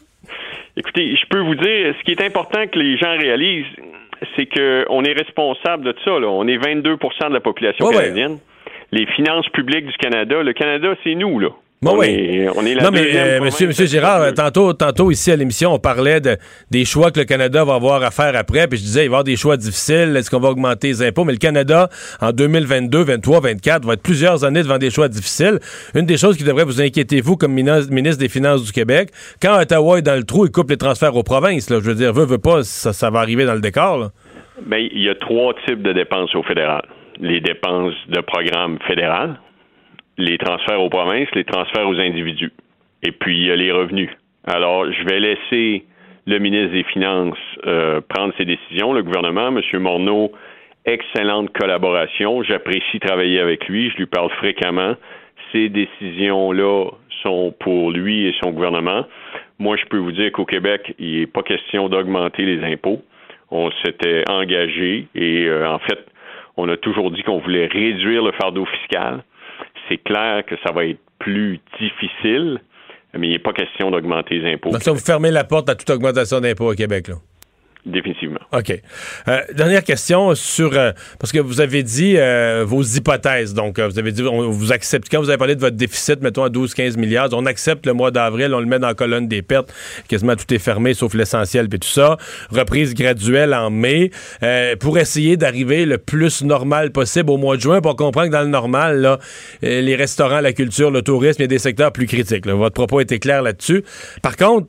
Écoutez, je peux vous dire, ce qui est important que les gens réalisent, c'est qu'on est responsable de ça. Là. On est 22% de la population canadienne. Ouais. Les finances publiques du Canada, le Canada, c'est nous, là. On est la deuxième. Monsieur Girard, tantôt ici à l'émission, on parlait des choix que le Canada va avoir à faire après, puis je disais, il va y avoir des choix difficiles, est-ce qu'on va augmenter les impôts? Mais le Canada, en 2022, 23, 24, va être plusieurs années devant des choix difficiles. Une des choses qui devrait vous inquiéter, vous, comme ministre des Finances du Québec, quand Ottawa est dans le trou, il coupe les transferts aux provinces. Là. Je veux dire, veut pas, ça va arriver dans le décor. Là. Bien, il y a 3 types de dépenses au fédéral. Les dépenses de programme fédéral, les transferts aux provinces, les transferts aux individus. Et puis, il y a les revenus. Alors, je vais laisser le ministre des Finances prendre ses décisions. Le gouvernement, M. Morneau, excellente collaboration. J'apprécie travailler avec lui. Je lui parle fréquemment. Ces décisions-là sont pour lui et son gouvernement. Moi, je peux vous dire qu'au Québec, il n'est pas question d'augmenter les impôts. On s'était engagé et, en fait, on a toujours dit qu'on voulait réduire le fardeau fiscal. C'est clair que ça va être plus difficile, mais il n'est pas question d'augmenter les impôts. Donc ça, vous fermez la porte à toute augmentation d'impôts au Québec, là? Définitivement. OK. Dernière question sur... parce que vous avez dit vos hypothèses. Donc, vous avez dit, vous acceptez... Quand vous avez parlé de votre déficit, mettons à 12-15 milliards, on accepte le mois d'avril, on le met dans la colonne des pertes. Quasiment tout est fermé, sauf l'essentiel et tout ça. Reprise graduelle en mai. Pour essayer d'arriver le plus normal possible au mois de juin, pour comprendre que dans le normal, là, les restaurants, la culture, le tourisme, il y a des secteurs plus critiques. Là. Votre propos était clair là-dessus. Par contre...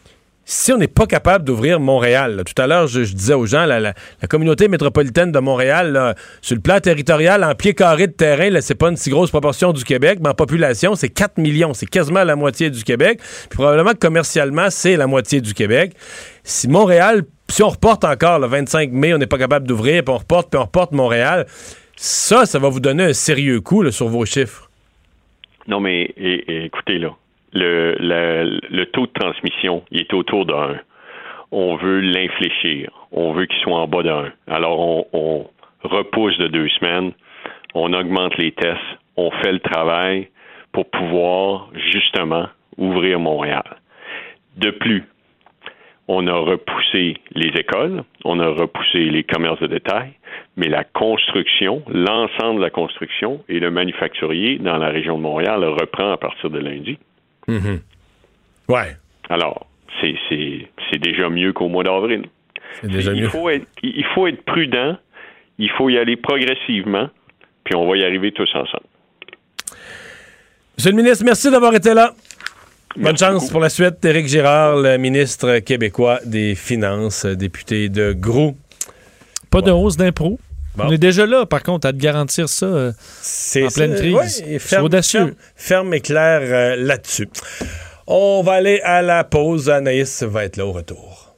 Si on n'est pas capable d'ouvrir Montréal, là, tout à l'heure, je disais aux gens, la communauté métropolitaine de Montréal, là, sur le plan territorial, en pied carré de terrain, là, c'est pas une si grosse proportion du Québec, mais en population, c'est 4 millions. C'est quasiment la moitié du Québec. Puis probablement que commercialement, c'est la moitié du Québec. Si Montréal, si on reporte encore le 25 mai, on n'est pas capable d'ouvrir, puis on reporte Montréal, ça va vous donner un sérieux coup là, sur vos chiffres. Non, mais écoutez, là. le taux de transmission, il est autour de 1. On veut l'infléchir. On veut qu'il soit en bas de 1. Alors, on repousse de 2 semaines. On augmente les tests. On fait le travail pour pouvoir, justement, ouvrir Montréal. De plus, on a repoussé les écoles, on a repoussé les commerces de détail, mais la construction, l'ensemble de la construction et le manufacturier dans la région de Montréal reprend à partir de lundi. Mm-hmm. Ouais. Alors, c'est déjà mieux qu'au mois d'avril. C'est déjà mieux. Il faut être prudent, il faut y aller progressivement, puis on va y arriver tous ensemble. Monsieur le ministre, merci d'avoir été là. Bonne chance beaucoup. pour la suite. Éric Girard, le ministre québécois des Finances, député de Gros. Pas de hausse d'impôt. Bon. On est déjà là, par contre, à te garantir ça en pleine crise. Oui, c'est audacieux. Ferme et clair là-dessus. On va aller à la pause. Anaïs va être là au retour.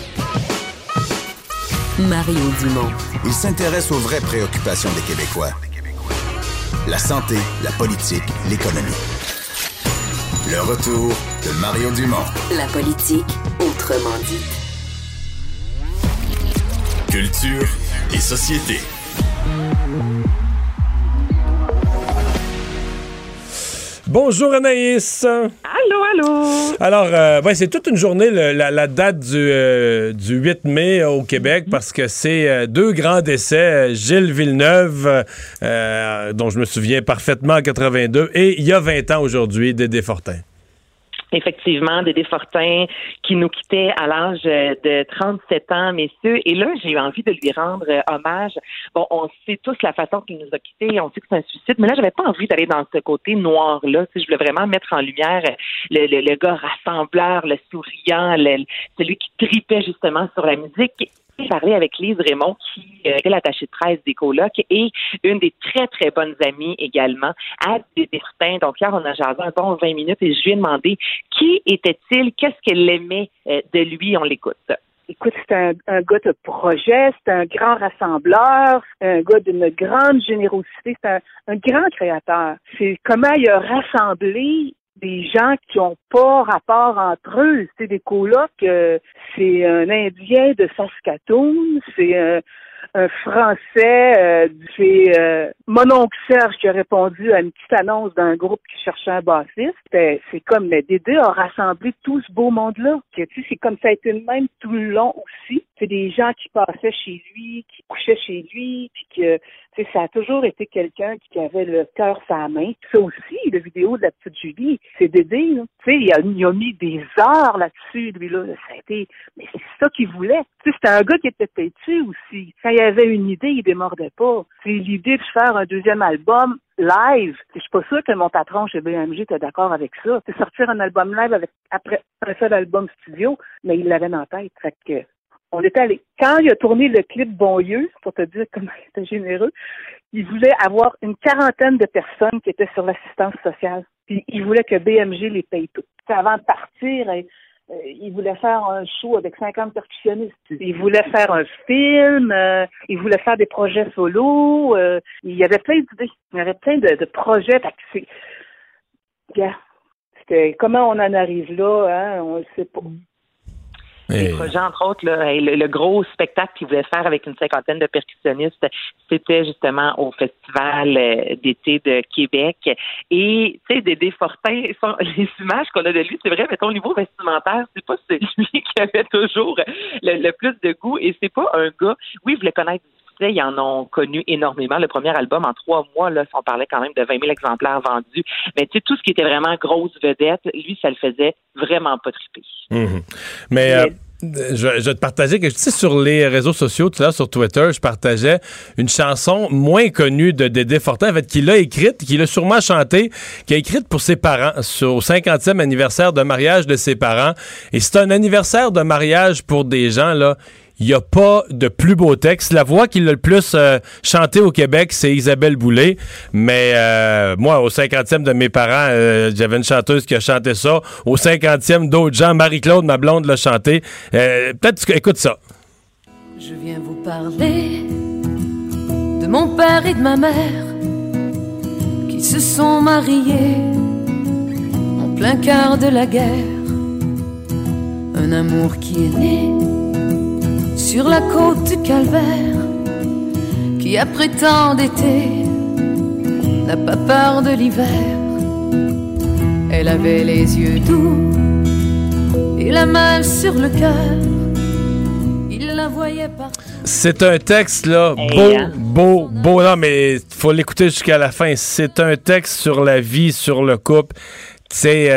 Mario Dumont. Il s'intéresse aux vraies préoccupations des Québécois. La santé, la politique, l'économie. Le retour de Mario Dumont. La politique, autrement dit. Culture et société. Bonjour Anaïs. Allô. Alors, c'est toute une journée, la date du 8 mai au Québec, parce que c'est 2 grands décès. Gilles Villeneuve, dont je me souviens parfaitement en 82, et il y a 20 ans aujourd'hui, Dédé Fortin. Effectivement, Dédé Fortin qui nous quittait à l'âge de 37 ans, messieurs. Et là, j'ai eu envie de lui rendre hommage. Bon, on sait tous la façon qu'il nous a quittés, on sait que c'est un suicide, mais là, j'avais pas envie d'aller dans ce côté noir-là. Tu sais, je voulais vraiment mettre en lumière le gars rassembleur, le souriant, celui qui tripait justement sur la musique. J'ai parlé avec Lise Raymond, qui est l'attachée de presse des colocs et une des très, très bonnes amies également à Dédé Fortin. Donc, hier, on a jasé un bon 20 minutes et je lui ai demandé qui était-il, qu'est-ce qu'elle aimait de lui. On l'écoute. Écoute, c'est un gars de projet, c'est un grand rassembleur, c'est un gars d'une grande générosité, c'est un grand créateur. C'est comment il a rassemblé des gens qui n'ont pas rapport entre eux. C'est des colocs, c'est un Indien de Saskatoon, c'est un Français, c'est mon oncle Serge qui a répondu à une petite annonce d'un groupe qui cherchait un bassiste. C'est comme Dédé a rassemblé tout ce beau monde-là. Tu sais, c'est comme ça a été le même tout le long aussi. C'est des gens qui passaient chez lui, qui couchaient chez lui, puis que tu sais, ça a toujours été quelqu'un qui avait le cœur sur la main. Ça aussi, la vidéo de la petite Julie, c'est Dédé, là. Tu sais, il a mis des heures là-dessus, lui-là. Ça a été, mais c'est ça qu'il voulait. Tu sais, c'était un gars qui était têtu aussi. Quand il avait une idée, il démordait pas. C'est l'idée de faire un 2e album live. Je suis pas sûre que mon patron chez BMG était d'accord avec ça. C'est sortir un album live après un seul album studio, mais il l'avait dans la tête. Fait que on est allé. Quand il a tourné le clip Bonlieu, pour te dire comment il était généreux, il voulait avoir une 40aine de personnes qui étaient sur l'assistance sociale. Puis il voulait que BMG les paye tout. Avant de partir, il voulait faire un show avec 50 percussionnistes. Il voulait faire un film, il voulait faire des projets solo. Il y avait plein d'idées. Il y avait plein de projets. C'était comment on en arrive là, hein, on ne sait pas. Les projets, entre autres, là, le gros spectacle qu'il voulait faire avec une 50aine de percussionnistes, c'était justement au Festival d'été de Québec. Et, tu sais, Dédé Fortin, les images qu'on a de lui, c'est vrai, mais ton niveau vestimentaire, c'est pas celui qui avait toujours le plus de goût. Et c'est pas un gars, oui, vous voulez connaître du succès, ils en ont connu énormément. Le premier album, en 3 mois, là, on parlait quand même de 20 000 exemplaires vendus. Mais tu sais, tout ce qui était vraiment grosse vedette, lui, ça le faisait vraiment pas triper. Mmh. Mais je vais te partager quelque chose. Sur les réseaux sociaux, tout à l'heure, sur Twitter, je partageais une chanson moins connue de Dédé Fortin, en fait, qu'il a écrite, qu'il a sûrement chantée, qu'il a écrite pour ses parents, au 50e anniversaire de mariage de ses parents. Et c'est un anniversaire de mariage pour des gens, là. Il n'y a pas de plus beau texte. La voix qui l'a le plus chanté au Québec, c'est Isabelle Boulay. Mais moi, au 50e de mes parents, j'avais une chanteuse qui a chanté ça. Au 50e d'autres gens, Marie-Claude, ma blonde, l'a chanté. Peut-être que écoute ça. Je viens vous parler de mon père et de ma mère qui se sont mariés. Mon plein quart de la guerre. Un amour qui est né sur la côte du calvaire, qui après tant d'été n'a pas peur de l'hiver. Elle avait les yeux doux et la main sur le cœur. Il la voyait partout. C'est un texte, là, beau. Non, mais il faut l'écouter jusqu'à la fin. C'est un texte sur la vie, sur le couple. C'est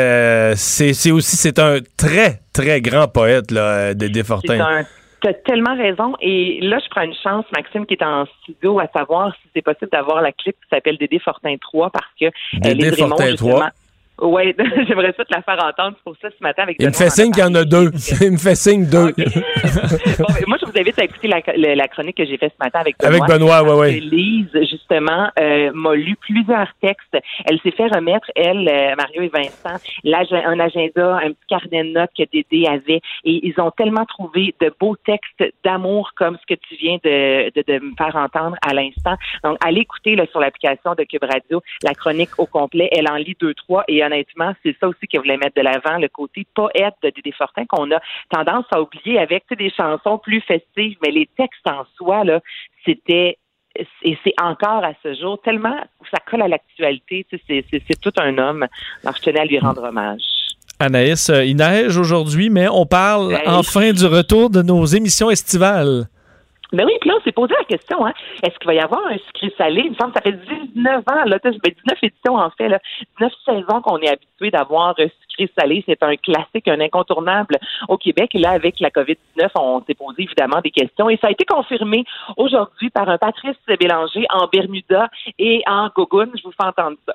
un très, très grand poète, là, Dédé Fortin. T'as tellement raison. Et là, je prends une chance, Maxime, qui est en studio, à savoir si c'est possible d'avoir la clip qui s'appelle Dédé Fortin 3, parce que Dédé Fortin 3. Oui, j'aimerais ça te la faire entendre. C'est pour ça, ce matin, avec il me fait signe qu'il y en a deux. Il me fait signe deux. Okay. Bon, moi, je vous invite à écouter la chronique que j'ai faite ce matin avec Benoît. Avec Benoît, oui. Lise, justement, m'a lu plusieurs textes. Elle s'est fait remettre, Mario et Vincent, un agenda, un petit carnet de notes que Dédé avait. Et ils ont tellement trouvé de beaux textes d'amour comme ce que tu viens de me faire entendre à l'instant. Donc, allez écouter là, sur l'application de Cube Radio la chronique au complet. Elle en lit 2-3 et honnêtement, c'est ça aussi qu'elle voulait mettre de l'avant, le côté poète de Dédé Fortin qu'on a tendance à oublier avec des chansons plus festives, mais les textes en soi, là, c'était, et c'est encore à ce jour, tellement ça colle à l'actualité, c'est tout un homme. Alors, je tenais à lui rendre hommage. Anaïs, il neige aujourd'hui, mais on parle enfin du retour de nos émissions estivales. Ben oui, puis là, on s'est posé la question, est-ce qu'il va y avoir un sucré-salé? Il me semble que ça fait 19 ans, là, 19 éditions en fait, là, 19 saisons qu'on est habitué d'avoir sucré-salé. C'est un classique, un incontournable au Québec. Et là, avec la COVID-19, on s'est posé évidemment des questions. Et ça a été confirmé aujourd'hui par un Patrice Bélanger en Bermuda et en gogoune. Je vous fais entendre ça.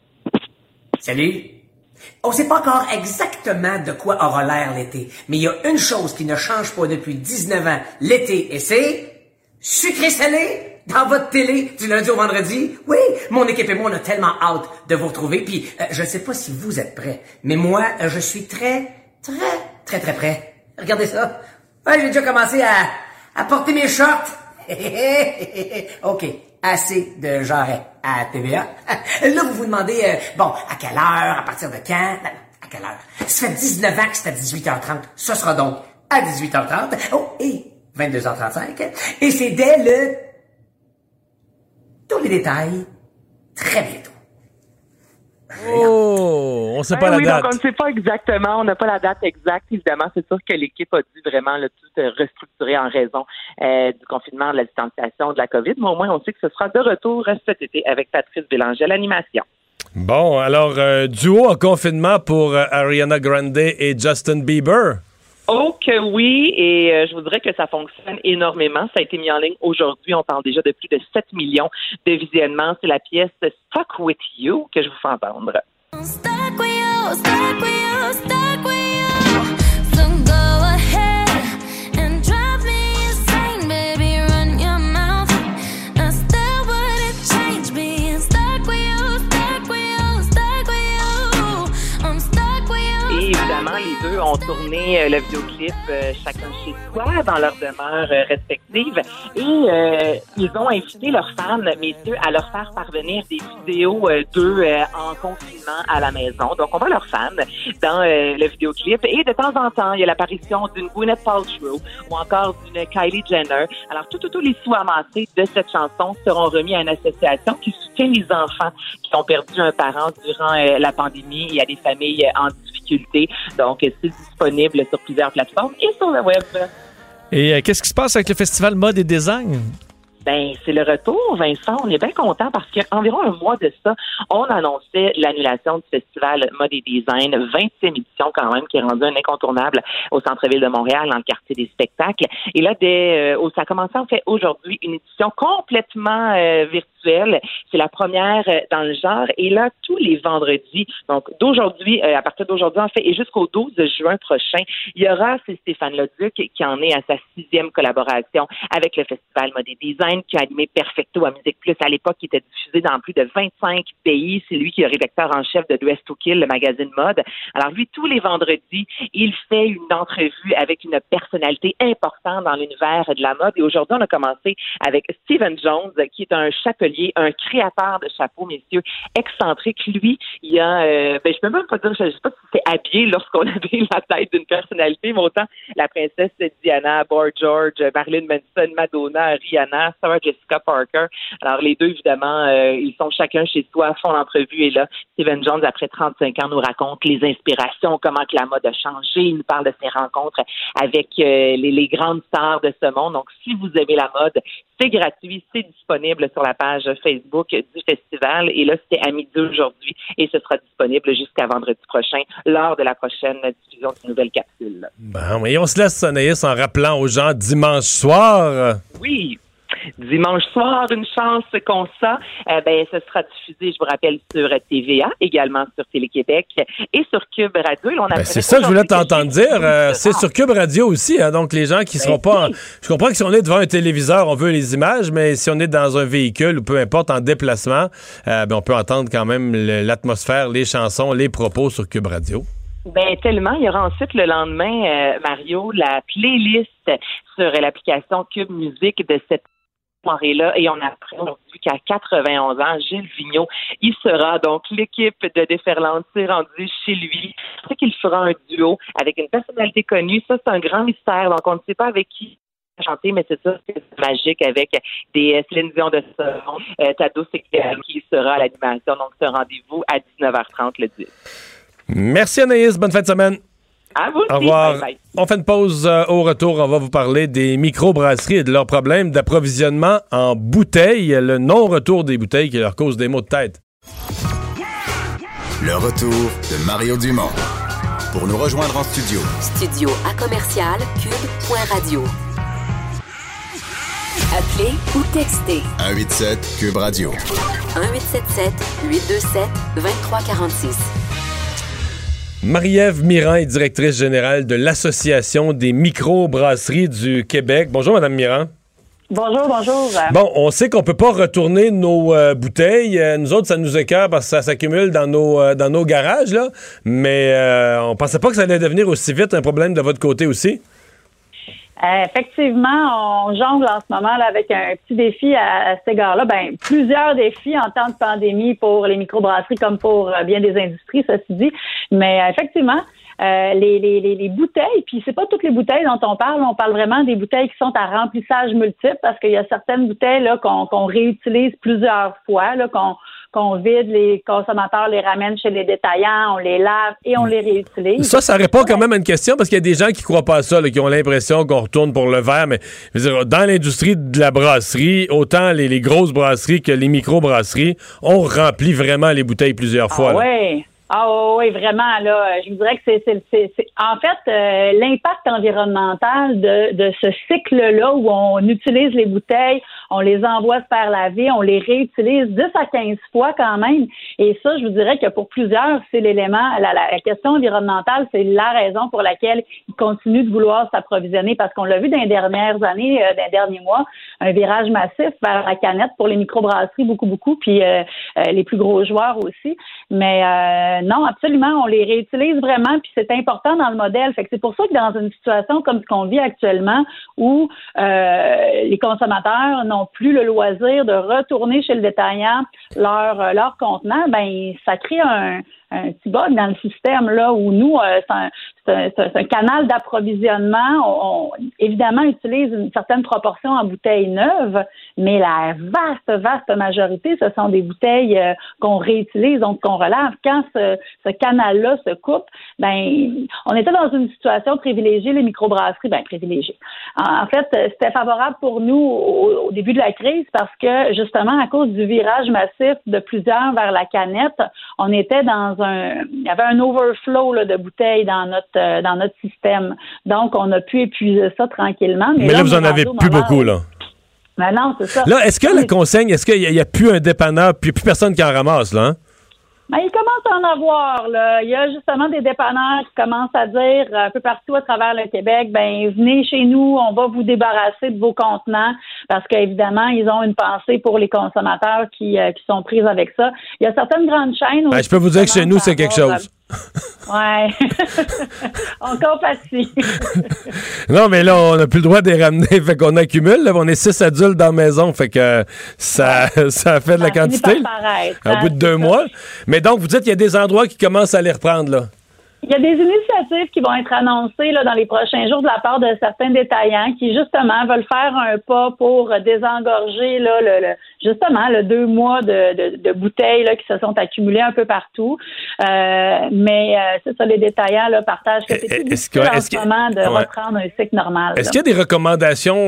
Salut! On ne sait pas encore exactement de quoi aura l'air l'été, mais il y a une chose qui ne change pas depuis 19 ans l'été, et c'est sucré-salé dans votre télé du lundi au vendredi. Oui, mon équipe et moi, on a tellement hâte de vous retrouver, puis je ne sais pas si vous êtes prêts, mais moi, je suis très prêt. Regardez ça. Ouais, j'ai déjà commencé à porter mes shorts. OK. Assez de jarret à TVA. Là, vous vous demandez, à quelle heure, à partir de quand? À quelle heure? Ça fait 19 ans que c'est à 18h30. Ce sera donc à 18h30. Oh, et 22h35. Et c'est dès tous les détails, très bientôt. Oh, on sait pas la date. Donc on ne sait pas exactement, on n'a pas la date exacte. Évidemment, c'est sûr que l'équipe a dû vraiment tout restructurer en raison du confinement, de la distanciation, de la COVID. Mais au moins, on sait que ce sera de retour cet été avec Patrice Bélanger à l'animation. Bon, alors, duo en confinement pour Ariana Grande et Justin Bieber. Oh que oui, et je vous dirais que ça fonctionne énormément. Ça a été mis en ligne aujourd'hui. On parle déjà de plus de 7 millions de visionnements. C'est la pièce Stuck With You que je vous fais entendre. Stuck with you, stuck with you, stuck with you. So go ahead and drive me insane, baby, run your mouth. I still wouldn't change being stuck with you, stuck with you, stuck with you. I'm stuck with you. Et évidemment, les deux ont tourné le vidéoclip chacun chez soi, dans leur demeure respective. Et ils ont invité leurs fans, messieurs, à leur faire parvenir des vidéos d'eux en confinement à la maison. Donc, on voit leurs fans dans le vidéoclip. Et de temps en temps, il y a l'apparition d'une Gwyneth Paltrow ou encore d'une Kylie Jenner. Alors, tous les sous amassés de cette chanson seront remis à une association qui soutient les enfants qui ont perdu un parent durant la pandémie. Il y a des familles en difficulté. Donc, c'est disponible sur plusieurs plateformes et sur le web. Et qu'est-ce qui se passe avec le festival Mode et Design? Ben, c'est le retour, Vincent. On est bien content parce qu'environ un mois de ça, on annonçait l'annulation du festival Mode et Design, 20e édition quand même, qui est rendue un incontournable au centre-ville de Montréal, dans le quartier des spectacles. Et là, ça a commencé en fait aujourd'hui, une édition complètement virtuelle. C'est la première dans le genre. Et là, tous les vendredis, donc d'aujourd'hui, à partir d'aujourd'hui en fait, et jusqu'au 12 juin prochain, il y aura, c'est Stéphane Leduc qui en est à sa 6e collaboration avec le festival Mode et Design, qui a animé Perfecto à Musique Plus à l'époque, qui était diffusé dans plus de 25 pays. C'est lui qui est rédacteur en chef de Dress to Kill, le magazine mode. Alors lui, tous les vendredis, il fait une entrevue avec une personnalité importante dans l'univers de la mode. Et aujourd'hui, on a commencé avec Stephen Jones, qui est un chapelier Cordelier, un créateur de chapeaux, messieurs, excentrique. Lui, il a, je peux même pas dire, je sais pas si c'est habillé lorsqu'on avait la tête d'une personnalité, mais autant la princesse Diana, Boy George, Marilyn Manson, Madonna, Rihanna, Sarah Jessica Parker. Alors, les deux, évidemment, ils sont chacun chez soi, font l'entrevue, et là, Stephen Jones, après 35 ans, nous raconte les inspirations, comment que la mode a changé. Il nous parle de ses rencontres avec les grandes stars de ce monde. Donc, si vous aimez la mode, c'est gratuit, c'est disponible sur la page Facebook du festival. Et là, c'était à midi aujourd'hui et ce sera disponible jusqu'à vendredi prochain lors de la prochaine diffusion d'une nouvelle capsule. Bon, mais on se laisse, Anaïs, en rappelant aux gens dimanche soir. Oui. Dimanche soir, une chance qu'on ça. Ce sera diffusé, je vous rappelle, sur TVA, également sur Télé-Québec et sur Cube Radio. Et c'est ça que je voulais t'entendre dire. C'est sur Cube Radio aussi. Hein, donc, les gens qui seront pas... Je comprends que si on est devant un téléviseur, on veut les images, mais si on est dans un véhicule ou peu importe, en déplacement, on peut entendre quand même l'atmosphère, les chansons, les propos sur Cube Radio. Tellement. Il y aura ensuite le lendemain, Mario, la playlist sur l'application Cube Musique de cette soirée-là, et on apprend aujourd'hui qu'à 91 ans, Gilles Vigneault, il sera donc l'équipe de Déferlante s'est rendue chez lui. Je sais qu'il fera un duo avec une personnalité connue. Ça, c'est un grand mystère. Donc, on ne sait pas avec qui chanter, mais c'est ça, c'est magique avec des Céline Dion de ce monde, Tado Sekel qui sera à l'animation. Donc, c'est un rendez-vous à 19h30 le 10. Merci Anaïs, bonne fin de semaine. À vous aussi. Au revoir. Bye bye. On fait une pause. Au retour, on va vous parler des microbrasseries et de leurs problèmes d'approvisionnement en bouteilles, le non-retour des bouteilles qui leur cause des maux de tête. Le retour de Mario Dumont. Pour nous rejoindre en studio. Studio à commercial cube.radio. Appelez ou textez. 187 Cube Radio. 1877 827 2346. Marie-Ève Mirand est directrice générale de l'Association des microbrasseries du Québec. Bonjour, Madame Mirand. Bonjour. Bon, on sait qu'on peut pas retourner nos bouteilles. Nous autres, ça nous écoeure parce que ça s'accumule dans nos garages, là. Mais on pensait pas que ça allait devenir aussi vite un problème de votre côté aussi. Effectivement, on jongle en ce moment là, avec un petit défi à cet égard-là. Plusieurs défis en temps de pandémie pour les microbrasseries comme pour bien des industries, ceci dit. Mais effectivement, les bouteilles, puis c'est pas toutes les bouteilles dont on parle vraiment des bouteilles qui sont à remplissage multiple parce qu'il y a certaines bouteilles là qu'on réutilise plusieurs fois, là, qu'on vide, les consommateurs les ramènent chez les détaillants, on les lave et on les réutilise. Ça répond quand même à une question parce qu'il y a des gens qui croient pas à ça, là, qui ont l'impression qu'on retourne pour le verre, mais je veux dire, dans l'industrie de la brasserie, autant les grosses brasseries que les microbrasseries, on remplit vraiment les bouteilles plusieurs fois. Oui. Oui, vraiment, là, je vous dirais que c'est en fait l'impact environnemental de ce cycle-là où on utilise les bouteilles, on les envoie se faire laver, on les réutilise 10 à 15 fois quand même. Et ça, je vous dirais que pour plusieurs, c'est l'élément, la question environnementale, c'est la raison pour laquelle ils continuent de vouloir s'approvisionner parce qu'on l'a vu dans les dernières années, dans les derniers mois, un virage massif vers la canette pour les microbrasseries, beaucoup, puis les plus gros joueurs aussi. Mais non, absolument, on les réutilise vraiment, puis c'est important dans le modèle. Fait que c'est pour ça que dans une situation comme ce qu'on vit actuellement, où les consommateurs n'ont plus le loisir de retourner chez le détaillant leur contenant, ça crée un petit bug dans le système là où nous, c'est un canal d'approvisionnement. On évidemment utilise une certaine proportion en bouteilles neuves, mais la vaste majorité, ce sont des bouteilles qu'on réutilise, donc qu'on relave. Quand ce canal-là se coupe, on était dans une situation privilégiée, les microbrasseries, privilégiée. En fait, c'était favorable pour nous au début de la crise parce que justement, à cause du virage massif de plusieurs vers la canette, on était il y avait un overflow là, de bouteilles dans notre système. Donc, on a pu épuiser ça tranquillement. Mais là, vous en avez plus beaucoup, là. Mais non, c'est ça. Là, est-ce que la consigne, est-ce qu'il n'y a plus un dépanneur, puis plus personne qui en ramasse, là? Hein? Il commence à en avoir, là. Il y a justement des dépanneurs qui commencent à dire un peu partout à travers le Québec, venez chez nous, on va vous débarrasser de vos contenants parce qu'évidemment, ils ont une pensée pour les consommateurs qui sont pris avec ça. Il y a certaines grandes chaînes... je peux vous dire que chez nous, c'est quelque chose. Ouais. On compatit. Non, mais là, on n'a plus le droit de les ramener. Fait qu'on accumule. Là, on est 6 adultes dans la maison. Fait que ça fait de la quantité. Au bout de 2 mois. Mais donc, vous dites qu'il y a des endroits qui commencent à les reprendre, là. Il y a des initiatives qui vont être annoncées là, dans les prochains jours de la part de certains détaillants qui, justement, veulent faire un pas pour désengorger là, le 2 mois de bouteilles là, qui se sont accumulées un peu partout. Mais c'est ça, les détaillants là, partagent que c'est plus difficile en ce moment de reprendre un cycle normal. Est-ce qu'il y a des recommandations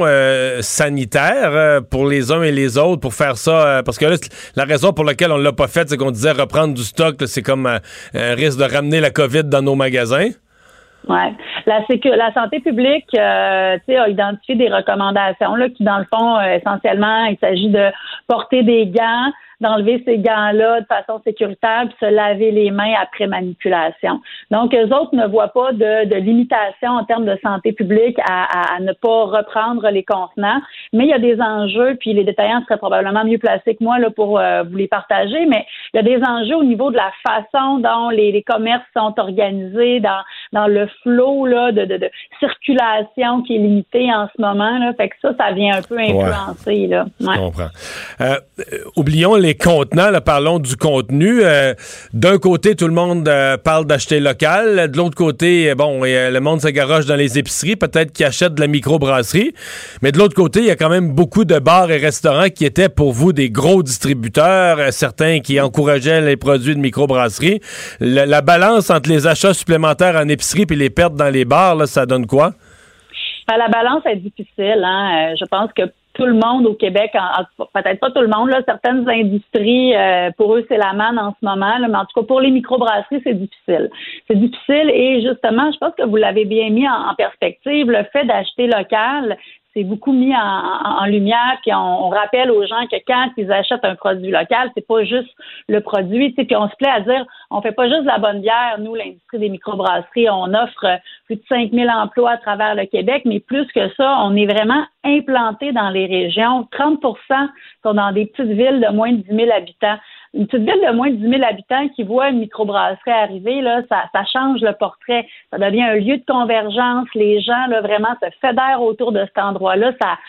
sanitaires pour les uns et les autres pour faire ça? Parce que là, la raison pour laquelle on ne l'a pas fait, c'est qu'on disait reprendre du stock, là, c'est comme un risque de ramener la COVID dans nos magasins. Ouais, la santé publique, a identifié des recommandations là, qui, dans le fond, essentiellement, il s'agit de porter des gants, d'enlever ces gants-là de façon sécuritaire puis se laver les mains après manipulation. Donc, eux autres ne voient pas de limitation en termes de santé publique à ne pas reprendre les contenants, mais il y a des enjeux, puis les détaillants seraient probablement mieux placés que moi là, pour vous les partager, mais il y a des enjeux au niveau de la façon dont les commerces sont organisés, dans le flot là, de circulation qui est limité en ce moment. Là. Fait que ça vient un peu influencer. Là. Ouais. Je comprends. Oublions les contenants, là, parlons du contenu. D'un côté, tout le monde parle d'acheter local. De l'autre côté, le monde se garoche dans les épiceries, peut-être qu'ils achètent de la microbrasserie. Mais de l'autre côté, il y a quand même beaucoup de bars et restaurants qui étaient pour vous des gros distributeurs, certains qui encourageaient les produits de microbrasserie. La balance entre les achats supplémentaires en épicerie et les pertes dans les bars, là, ça donne quoi? La balance est difficile. Hein? Je pense que tout le monde au Québec, peut-être pas tout le monde, là, certaines industries, pour eux, c'est la manne en ce moment, là, mais en tout cas, pour les microbrasseries, c'est difficile. C'est difficile et justement, je pense que vous l'avez bien mis en perspective, le fait d'acheter local, c'est beaucoup mis en lumière, puis on rappelle aux gens que quand ils achètent un produit local, c'est pas juste le produit, tu sais, puis on se plaît à dire, on fait pas juste de la bonne bière, nous, l'industrie des microbrasseries, on offre plus de 5000 emplois à travers le Québec, mais plus que ça, on est vraiment implanté dans les régions. 30% sont dans des petites villes de moins de 10 000 habitants. Une petite ville de moins de 10 000 habitants qui voit une microbrasserie arriver, là, ça change le portrait. Ça devient un lieu de convergence. Les gens, là, vraiment se fédèrent autour de cet endroit-là.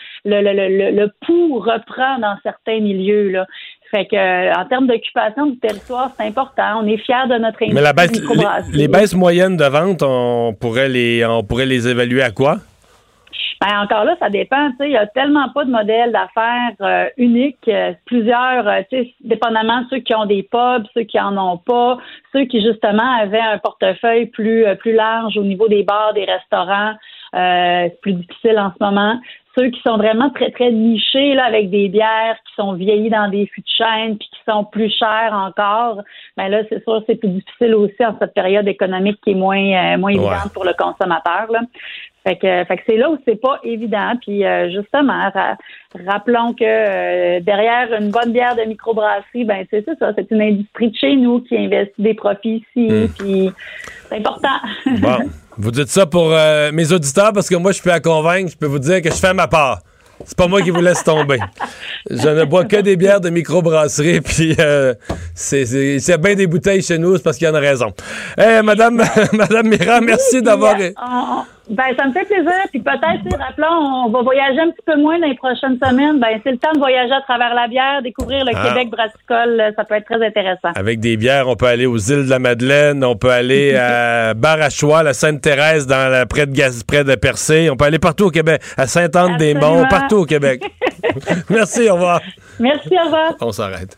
Le pouls reprend dans certains milieux, là. Fait que, en termes d'occupation du territoire, c'est important. On est fiers de notre industrie. Mais les baisses moyennes de vente, on pourrait les évaluer à quoi? Ben, encore là, ça dépend. Il n'y a tellement pas de modèle d'affaires unique. Plusieurs, dépendamment de ceux qui ont des pubs, ceux qui en ont pas, ceux qui, justement, avaient un portefeuille plus large au niveau des bars, des restaurants. C'est plus difficile en ce moment. Ceux qui sont vraiment très, très nichés, là, avec des bières qui sont vieillies dans des fûts de chêne puis qui sont plus chères encore, ben là, c'est sûr, c'est plus difficile aussi en cette période économique qui est moins évidente pour le consommateur, là. Fait que c'est là où c'est pas évident. Puis justement, rappelons que derrière une bonne bière de microbrasserie, ben c'est ça, c'est une industrie de chez nous qui investit des profits ici. Puis c'est important. Bon, vous dites ça pour mes auditeurs parce que moi je peux la convaincre. Je peux vous dire que je fais ma part. C'est pas moi qui vous laisse tomber. Je ne bois que des bières de microbrasserie, puis s'il y a bien des bouteilles chez nous, c'est parce qu'il y en a raison. Madame Mira, merci d'avoir... ça me fait plaisir, puis peut-être, rappelons, on va voyager un petit peu moins dans les prochaines semaines. Ben, c'est le temps de voyager à travers la bière, découvrir le Québec brassicole, ça peut être très intéressant. Avec des bières, on peut aller aux îles de la Madeleine, on peut aller à Bar-à-Choix, la Sainte-Thérèse, près de Percé, on peut aller partout au Québec, à Sainte-Anne-des-Monts, partout au Québec. Merci, au revoir. Merci, au revoir. On s'arrête.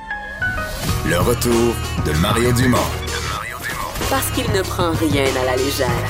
Le retour de Mario Dumont. Parce qu'il ne prend rien à la légère.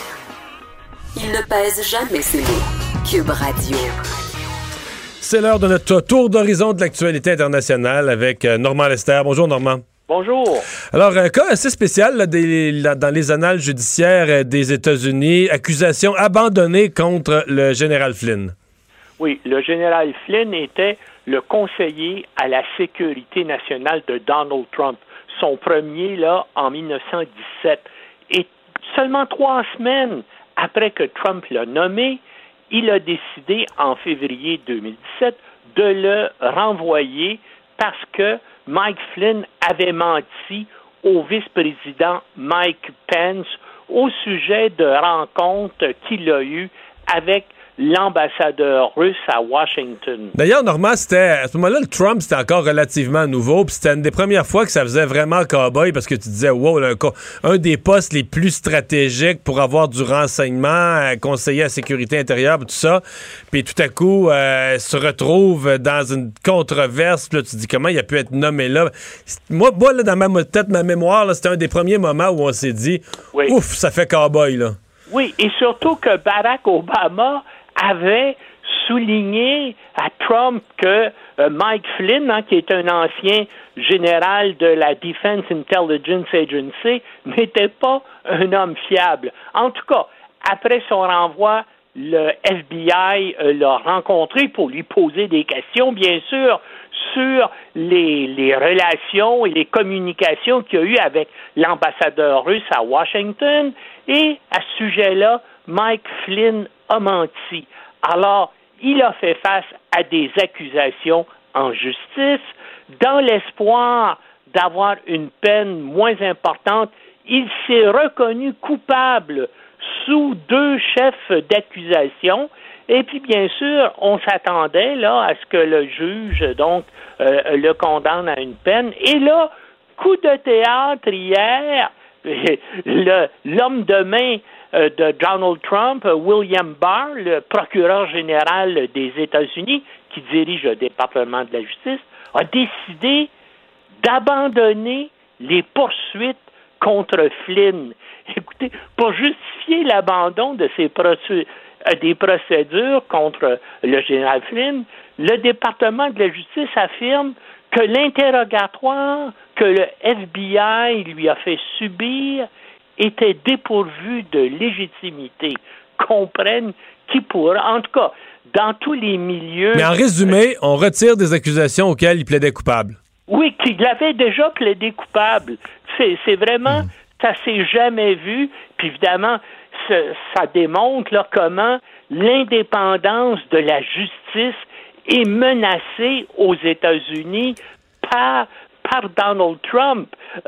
Il ne pèse jamais ses mots. Cube Radio. C'est l'heure de notre tour d'horizon de l'actualité internationale avec Normand Lester. Bonjour, Normand. Bonjour. Alors, un cas assez spécial dans les annales judiciaires des États-Unis. Accusation abandonnée contre le général Flynn. Oui, le général Flynn était le conseiller à la sécurité nationale de Donald Trump. Son premier, là, en 1917. Et seulement 3 semaines après que Trump l'a nommé, il a décidé en février 2017 de le renvoyer parce que Mike Flynn avait menti au vice-président Mike Pence au sujet de rencontres qu'il a eues avec l'ambassadeur russe à Washington. D'ailleurs, Normand, à ce moment-là, le Trump, c'était encore relativement nouveau, puis c'était une des premières fois que ça faisait vraiment cow-boy, parce que tu disais, wow, un des postes les plus stratégiques pour avoir du renseignement, conseiller à la sécurité intérieure, tout ça, puis tout à coup, se retrouve dans une controverse, puis là, tu te dis, comment il a pu être nommé là? Moi là, dans ma tête, ma mémoire, là, c'était un des premiers moments où on s'est dit, ouf, ça fait cow-boy, là. Oui, et surtout que Barack Obama avait souligné à Trump que Mike Flynn, qui est un ancien général de la Defense Intelligence Agency, n'était pas un homme fiable. En tout cas, après son renvoi, le FBI l'a rencontré pour lui poser des questions, bien sûr, sur les relations et les communications qu'il y a eu avec l'ambassadeur russe à Washington. Et à ce sujet-là, Mike Flynn a menti. Alors, il a fait face à des accusations en justice. Dans l'espoir d'avoir une peine moins importante, il s'est reconnu coupable sous 2 chefs d'accusation. Et puis, bien sûr, on s'attendait là à ce que le juge, donc, le condamne à une peine. Et là, coup de théâtre hier, l'homme de main de Donald Trump, William Barr, le procureur général des États-Unis, qui dirige le département de la justice, a décidé d'abandonner les poursuites contre Flynn. Écoutez, pour justifier l'abandon de des procédures contre le général Flynn, le département de la justice affirme que l'interrogatoire que le FBI lui a fait subir était dépourvu de légitimité. Comprennent qui pourra, en tout cas, dans tous les milieux... Mais en résumé, on retire des accusations auxquelles il plaidait coupable. Oui, qu'il avait déjà plaidé coupable. C'est vraiment... Ça s'est jamais vu. Puis évidemment, ça démontre là, comment l'indépendance de la justice est menacée aux États-Unis par Donald Trump.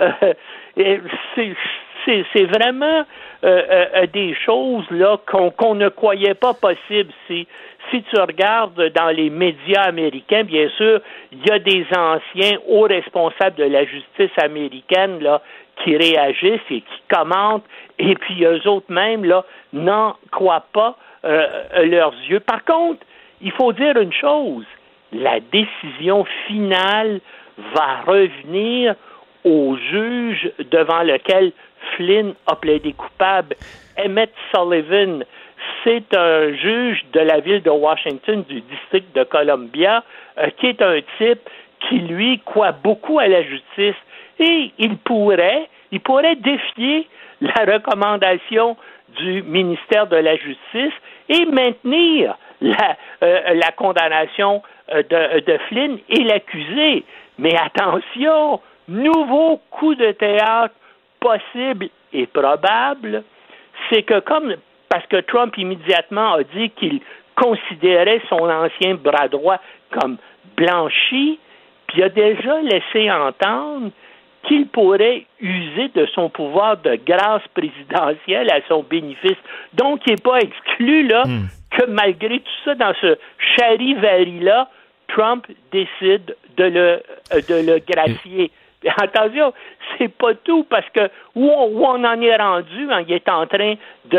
C'est vraiment des choses là qu'on ne croyait pas possibles. Si tu regardes dans les médias américains, bien sûr, il y a des anciens hauts responsables de la justice américaine là qui réagissent et qui commentent, et puis eux autres même là n'en croient pas leurs yeux. Par contre, il faut dire une chose, la décision finale va revenir au juge devant lequel Flynn a plaidé coupable. Emmett Sullivan, c'est un juge de la ville de Washington, du district de Columbia, qui est un type qui, lui, croit beaucoup à la justice. Et il pourrait défier la recommandation du ministère de la Justice et maintenir la condamnation de Flynn et l'accusé. Mais attention, nouveau coup de théâtre possible et probable, c'est que parce que Trump immédiatement a dit qu'il considérait son ancien bras droit comme blanchi, puis il a déjà laissé entendre qu'il pourrait user de son pouvoir de grâce présidentielle à son bénéfice. Donc, il n'est pas exclu là que malgré tout ça, dans ce charivari-là, Trump décide de le gracier. Attention, c'est pas tout, parce que où on en est rendu, il est en train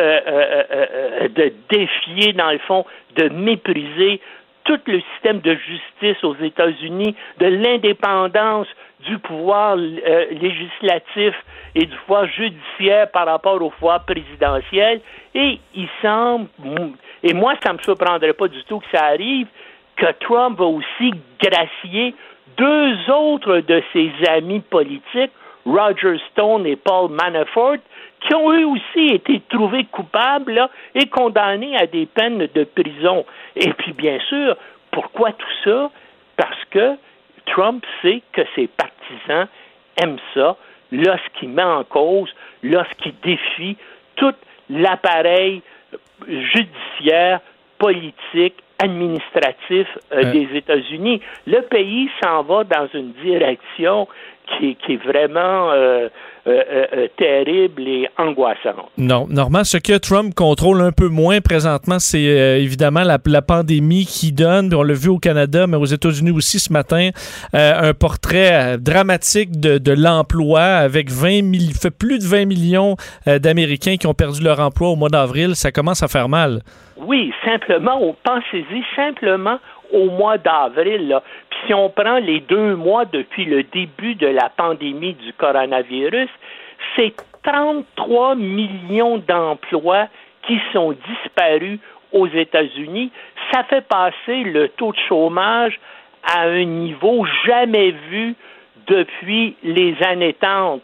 de défier, dans le fond, de mépriser tout le système de justice aux États-Unis, de l'indépendance du pouvoir législatif et du pouvoir judiciaire par rapport au pouvoir présidentiel. Et il semble, et moi ça me surprendrait pas du tout que ça arrive, que Trump va aussi gracier 2 autres de ses amis politiques, Roger Stone et Paul Manafort, qui ont eux aussi été trouvés coupables là, et condamnés à des peines de prison. Et puis bien sûr, pourquoi tout ça? Parce que Trump sait que ses partisans aiment ça lorsqu'il met en cause, lorsqu'il défie tout l'appareil judiciaire, politique, administratif des États-Unis. Le pays s'en va dans une direction qui est vraiment terrible et angoissante. Non, Normand, ce que Trump contrôle un peu moins présentement, c'est évidemment la pandémie qui donne, on l'a vu au Canada, mais aux États-Unis aussi ce matin, un portrait dramatique de l'emploi avec plus de 20 millions d'Américains qui ont perdu leur emploi au mois d'avril. Ça commence à faire mal. Oui, simplement, pensez-y, simplement au mois d'avril, là. Puis si on prend les 2 mois depuis le début de la pandémie du coronavirus, c'est 33 millions d'emplois qui sont disparus aux États-Unis. Ça fait passer le taux de chômage à un niveau jamais vu depuis les années 30.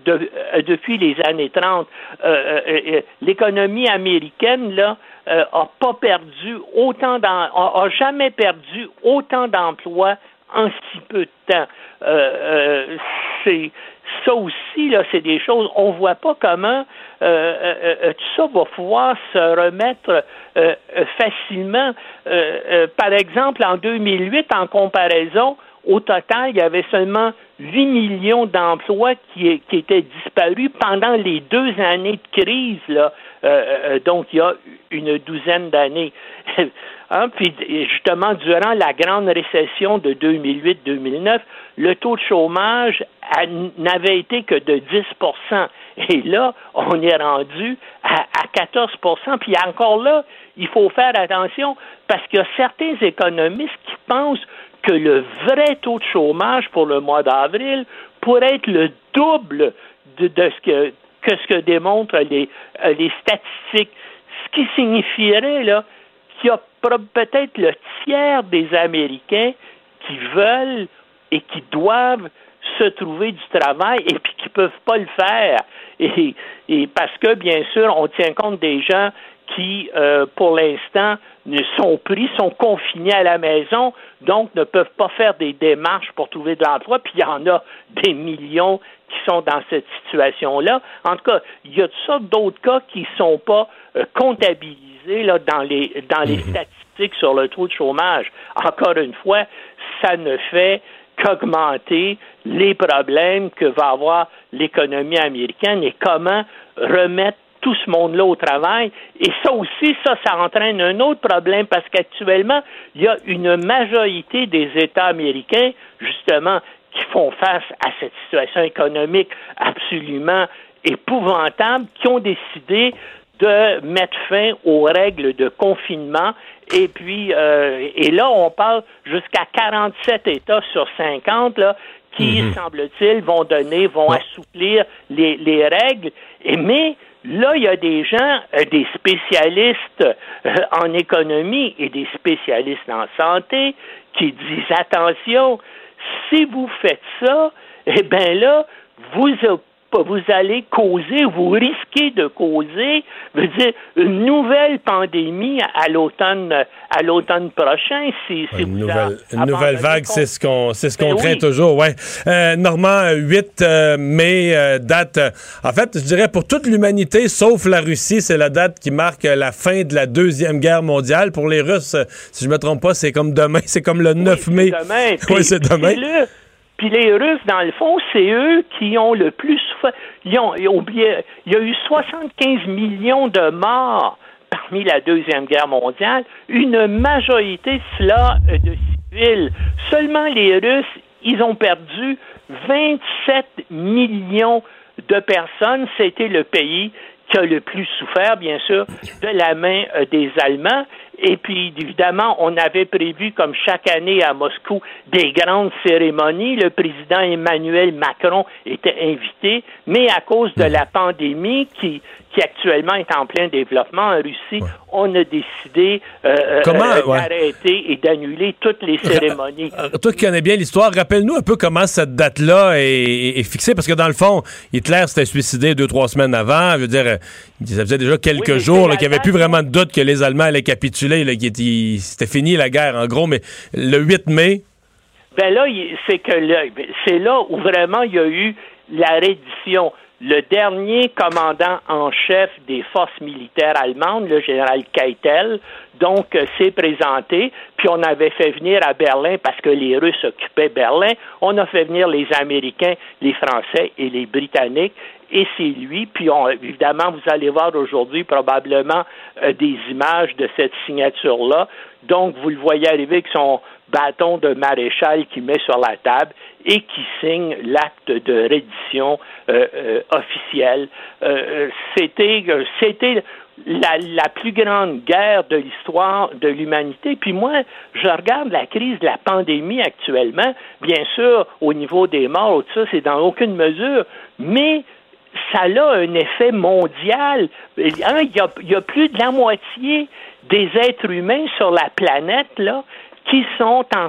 L'économie américaine, là, a jamais perdu autant d'emplois en si peu de temps. C'est ça aussi, là, c'est des choses, on voit pas comment tout ça va pouvoir se remettre facilement. Par exemple, en 2008, en comparaison, au total, il y avait seulement 8 millions d'emplois qui étaient disparus pendant les 2 années de crise, là. Donc, il y a une douzaine d'années. Puis, justement, durant la grande récession de 2008-2009, le taux de chômage n'avait été que de 10%. Et là, on est rendu à 14%. Puis encore là, il faut faire attention parce qu'il y a certains économistes qui pensent que le vrai taux de chômage pour le mois d'avril pourrait être le double de ce que démontrent les statistiques. Ce qui signifierait là qu'il y a peut-être le tiers des Américains qui veulent et qui doivent se trouver du travail et puis qui peuvent pas le faire. Et parce que, bien sûr, on tient compte des gens qui, pour l'instant, sont confinés à la maison, donc ne peuvent pas faire des démarches pour trouver de l'emploi, puis il y en a des millions qui sont dans cette situation-là. En tout cas, il y a toutes sortes d'autres cas qui ne sont pas comptabilisés là, dans les statistiques sur le taux de chômage. Encore une fois, ça ne fait qu'augmenter les problèmes que va avoir l'économie américaine et comment remettre tout ce monde-là au travail. Et ça aussi, ça entraîne un autre problème parce qu'actuellement, il y a une majorité des États américains, justement, qui font face à cette situation économique absolument épouvantable, qui ont décidé de mettre fin aux règles de confinement. Et puis, et là, on parle jusqu'à 47 États sur 50, là, qui, semble-t-il, vont assouplir les règles. Mais là, il y a des gens, des spécialistes en économie et des spécialistes en santé qui disent, attention, si vous faites ça, eh bien là, vous allez causer, vous risquez de causer, une nouvelle pandémie à l'automne prochain. Une nouvelle vague, c'est ce qu'on craint toujours. Ouais. Normand, 8 mai, date. En fait, je dirais pour toute l'humanité, sauf la Russie, c'est la date qui marque la fin de la Deuxième Guerre mondiale. Pour les Russes, si je me trompe pas, c'est comme demain, c'est comme le 9 mai. Oui, c'est demain. Puis les Russes, dans le fond, c'est eux qui ont le plus souffert. Il y a eu 75 millions de morts parmi la Deuxième Guerre mondiale, une majorité de cela de civils. Seulement les Russes, ils ont perdu 27 millions de personnes. C'était le pays qui a le plus souffert, bien sûr, de la main des Allemands. Et puis, évidemment, on avait prévu, comme chaque année à Moscou, des grandes cérémonies. Le président Emmanuel Macron était invité, mais à cause de la pandémie qui actuellement est en plein développement en Russie, on a décidé d'arrêter et d'annuler toutes les cérémonies. Toi qui connais bien l'histoire, rappelle-nous un peu comment cette date-là est fixée, parce que dans le fond, Hitler s'était suicidé 2-3 semaines avant. Je veux dire, ça faisait déjà quelques jours qu'il n'y avait plus vraiment de doute que les Allemands allaient capituler, c'était fini la guerre, en gros, mais le 8 mai... Ben là, c'est là où vraiment il y a eu la reddition. le dernier commandant en chef des forces militaires allemandes, le général Keitel, donc s'est présenté, puis on avait fait venir à Berlin, parce que les Russes occupaient Berlin, on a fait venir les Américains, les Français et les Britanniques, et c'est lui, puis évidemment, vous allez voir aujourd'hui probablement des images de cette signature-là, donc vous le voyez arriver avec son bâton de maréchal qu'il met sur la table et qui signe l'acte de reddition officielle. C'était la plus grande guerre de l'histoire de l'humanité. Puis moi, je regarde la crise de la pandémie actuellement. Bien sûr, au niveau des morts, tout ça, c'est dans aucune mesure, mais ça a un effet mondial. Il y a plus de la moitié des êtres humains sur la planète, là, qui sont en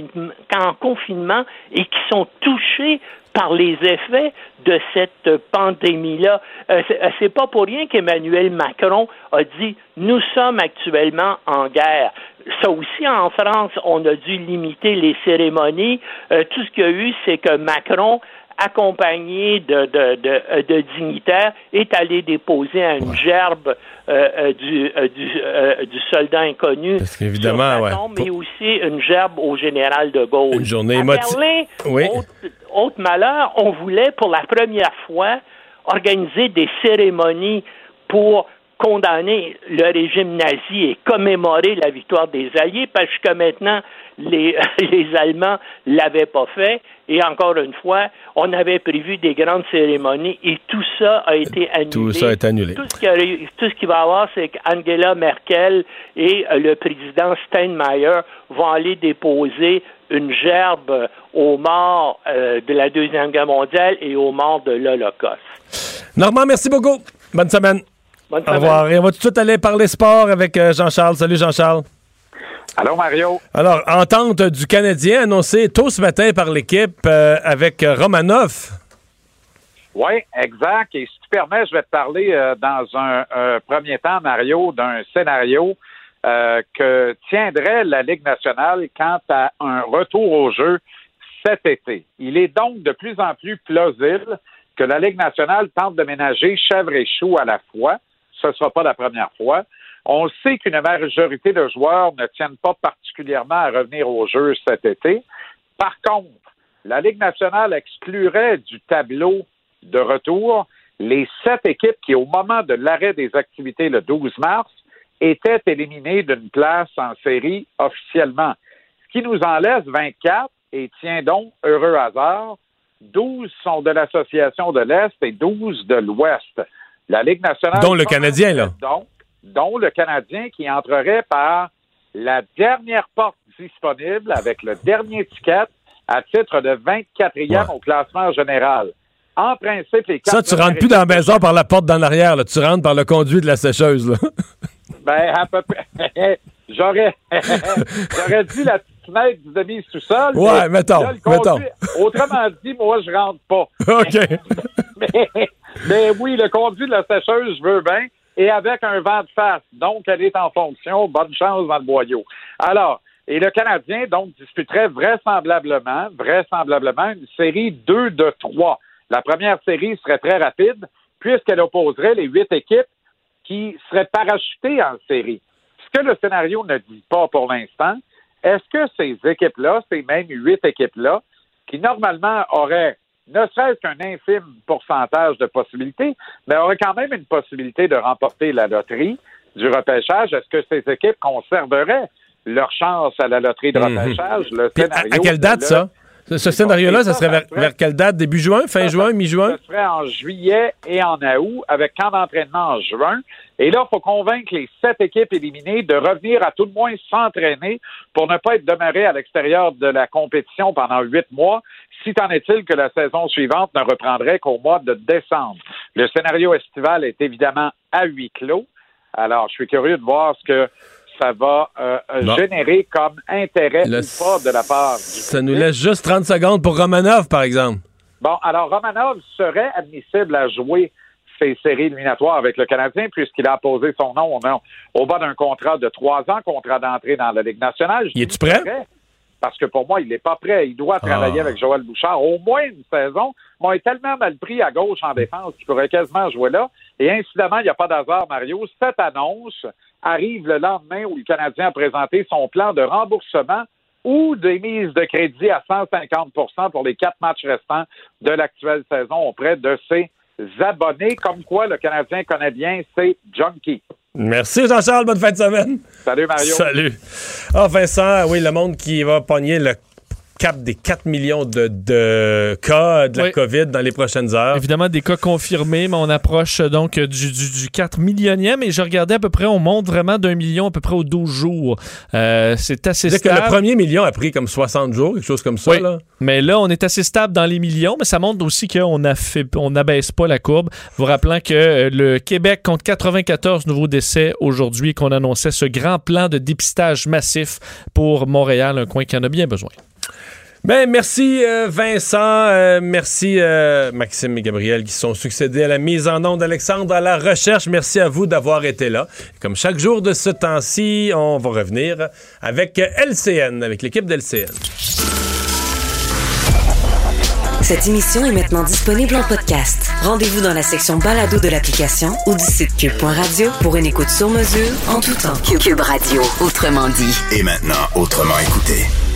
confinement et qui sont touchés par les effets de cette pandémie-là. C'est pas pour rien qu'Emmanuel Macron a dit « Nous sommes actuellement en guerre ». Ça aussi, en France, on a dû limiter les cérémonies. Tout ce qu'il y a eu, c'est que Macron, accompagné de dignitaires, est allé déposer une gerbe du soldat inconnu. Parce qu'évidemment, mais aussi une gerbe au général de Gaulle. Une journée à Berlin, oui. autre malheur, on voulait pour la première fois organiser des cérémonies pour condamner le régime nazi et commémorer la victoire des Alliés, parce que jusqu'à maintenant, les Allemands l'avaient pas fait. Et encore une fois, on avait prévu des grandes cérémonies et tout ça a été annulé. Tout ça est annulé. Tout ce qu'il va y avoir, c'est qu'Angela Merkel et le président Steinmeier vont aller déposer une gerbe aux morts de la Deuxième Guerre mondiale et aux morts de l'Holocauste. Normand, merci beaucoup. Bonne semaine. Bonne semaine. Au revoir. Et on va tout de suite aller parler sport avec Jean-Charles. Salut Jean-Charles. Allô, Mario. Alors, entente du Canadien annoncée tôt ce matin par l'équipe avec Romanov. Oui, exact. Et si tu permets, je vais te parler dans un premier temps, Mario, d'un scénario que tiendrait la Ligue nationale quant à un retour au jeu cet été. Il est donc de plus en plus plausible que la Ligue nationale tente de ménager chèvre et chou à la fois. Ce ne sera pas la première fois. On sait qu'une majorité de joueurs ne tiennent pas particulièrement à revenir au jeu cet été. Par contre, la Ligue nationale exclurait du tableau de retour les 7 équipes qui, au moment de l'arrêt des activités le 12 mars, étaient éliminées d'une place en série officiellement. Ce qui nous en laisse 24, et tiens donc, heureux hasard, 12 sont de l'Association de l'Est et 12 de l'Ouest. La Ligue nationale... Dont le Canadien, là. Dont le Canadien qui entrerait par la dernière porte disponible avec le dernier ticket à titre de 24e au classement général. En principe, les quatre... Ça, tu rentres plus dans la maison par la porte d'en arrière, là. Tu rentres par le conduit de la sécheuse, là. Ben, à peu près. J'aurais dit la petite fenêtre du demi-sous-sol. Ouais, mettons. Autrement dit, moi, je rentre pas. OK. mais oui, le conduit de la sécheuse, je veux bien. Et avec un vent de face. Donc, elle est en fonction. Bonne chance dans le boyau. Alors, et le Canadien, donc, disputerait vraisemblablement une série 2 de 3. La première série serait très rapide, puisqu'elle opposerait les 8 équipes qui seraient parachutées en série. Ce que le scénario ne dit pas pour l'instant, est-ce que ces équipes-là, ces mêmes 8 équipes-là, qui normalement auraient ne serait-ce qu'un infime pourcentage de possibilités, mais aurait quand même une possibilité de remporter la loterie du repêchage. Est-ce que ces équipes conserveraient leur chance à la loterie de repêchage? Le scénario, à quelle date, ça? Ce scénario-là, ça serait vers quelle date? Début juin? Fin juin? Mi-juin? Ce serait en juillet et en août, avec camp d'entraînement en juin. Et là, il faut convaincre les 7 équipes éliminées de revenir à tout le moins s'entraîner pour ne pas être demeurées à l'extérieur de la compétition pendant 8 mois. Si t'en est-il que la saison suivante ne reprendrait qu'au mois de décembre. Le scénario estival est évidemment à huis clos. Alors, je suis curieux de voir ce que ça va générer comme intérêt ou pas de la part du public. Ça nous laisse juste 30 secondes pour Romanov, par exemple. Bon, alors Romanov serait admissible à jouer ces séries éliminatoires avec le Canadien puisqu'il a posé son nom au bas d'un contrat de 3 ans, contrat d'entrée dans la Ligue nationale. Es-tu prêt? parce que pour moi, il n'est pas prêt. Il doit travailler avec Joël Bouchard au moins une saison. Bon, il est tellement mal pris à gauche en défense qu'il pourrait quasiment jouer là. Et incidemment, il n'y a pas d'hasard, Mario. Cette annonce arrive le lendemain où le Canadien a présenté son plan de remboursement ou des mises de crédit à 150% pour les 4 matchs restants de l'actuelle saison auprès de ses abonnés. Comme quoi, le Canadien connaît bien ses junkies. Merci Jean-Charles, bonne fin de semaine. Salut Mario. Salut. Vincent, oui, le monde qui va pogner le cap des 4 millions de cas de la COVID dans les prochaines heures. Évidemment, des cas confirmés, mais on approche donc du 4 millionième. Et je regardais à peu près, on monte vraiment d'1 million à peu près aux 12 jours. C'est assez stable. Que le premier million a pris comme 60 jours, quelque chose comme ça. Oui. Là. Mais là, on est assez stable dans les millions, mais ça montre aussi qu'on n'abaisse pas la courbe. Vous rappelant que le Québec compte 94 nouveaux décès aujourd'hui, qu'on annonçait ce grand plan de dépistage massif pour Montréal, un coin qui en a bien besoin. Ben, merci Vincent, merci Maxime et Gabriel qui sont succédés à la mise en onde, Alexandre à la recherche. Merci à vous d'avoir été là. Comme chaque jour de ce temps-ci, on va revenir avec LCN, avec l'équipe d'LCN. Cette émission est maintenant disponible en podcast. Rendez-vous dans la section balado de l'application ou du site cube.radio pour une écoute sur mesure en tout temps. Cube Radio, autrement dit. Et maintenant, autrement écouté.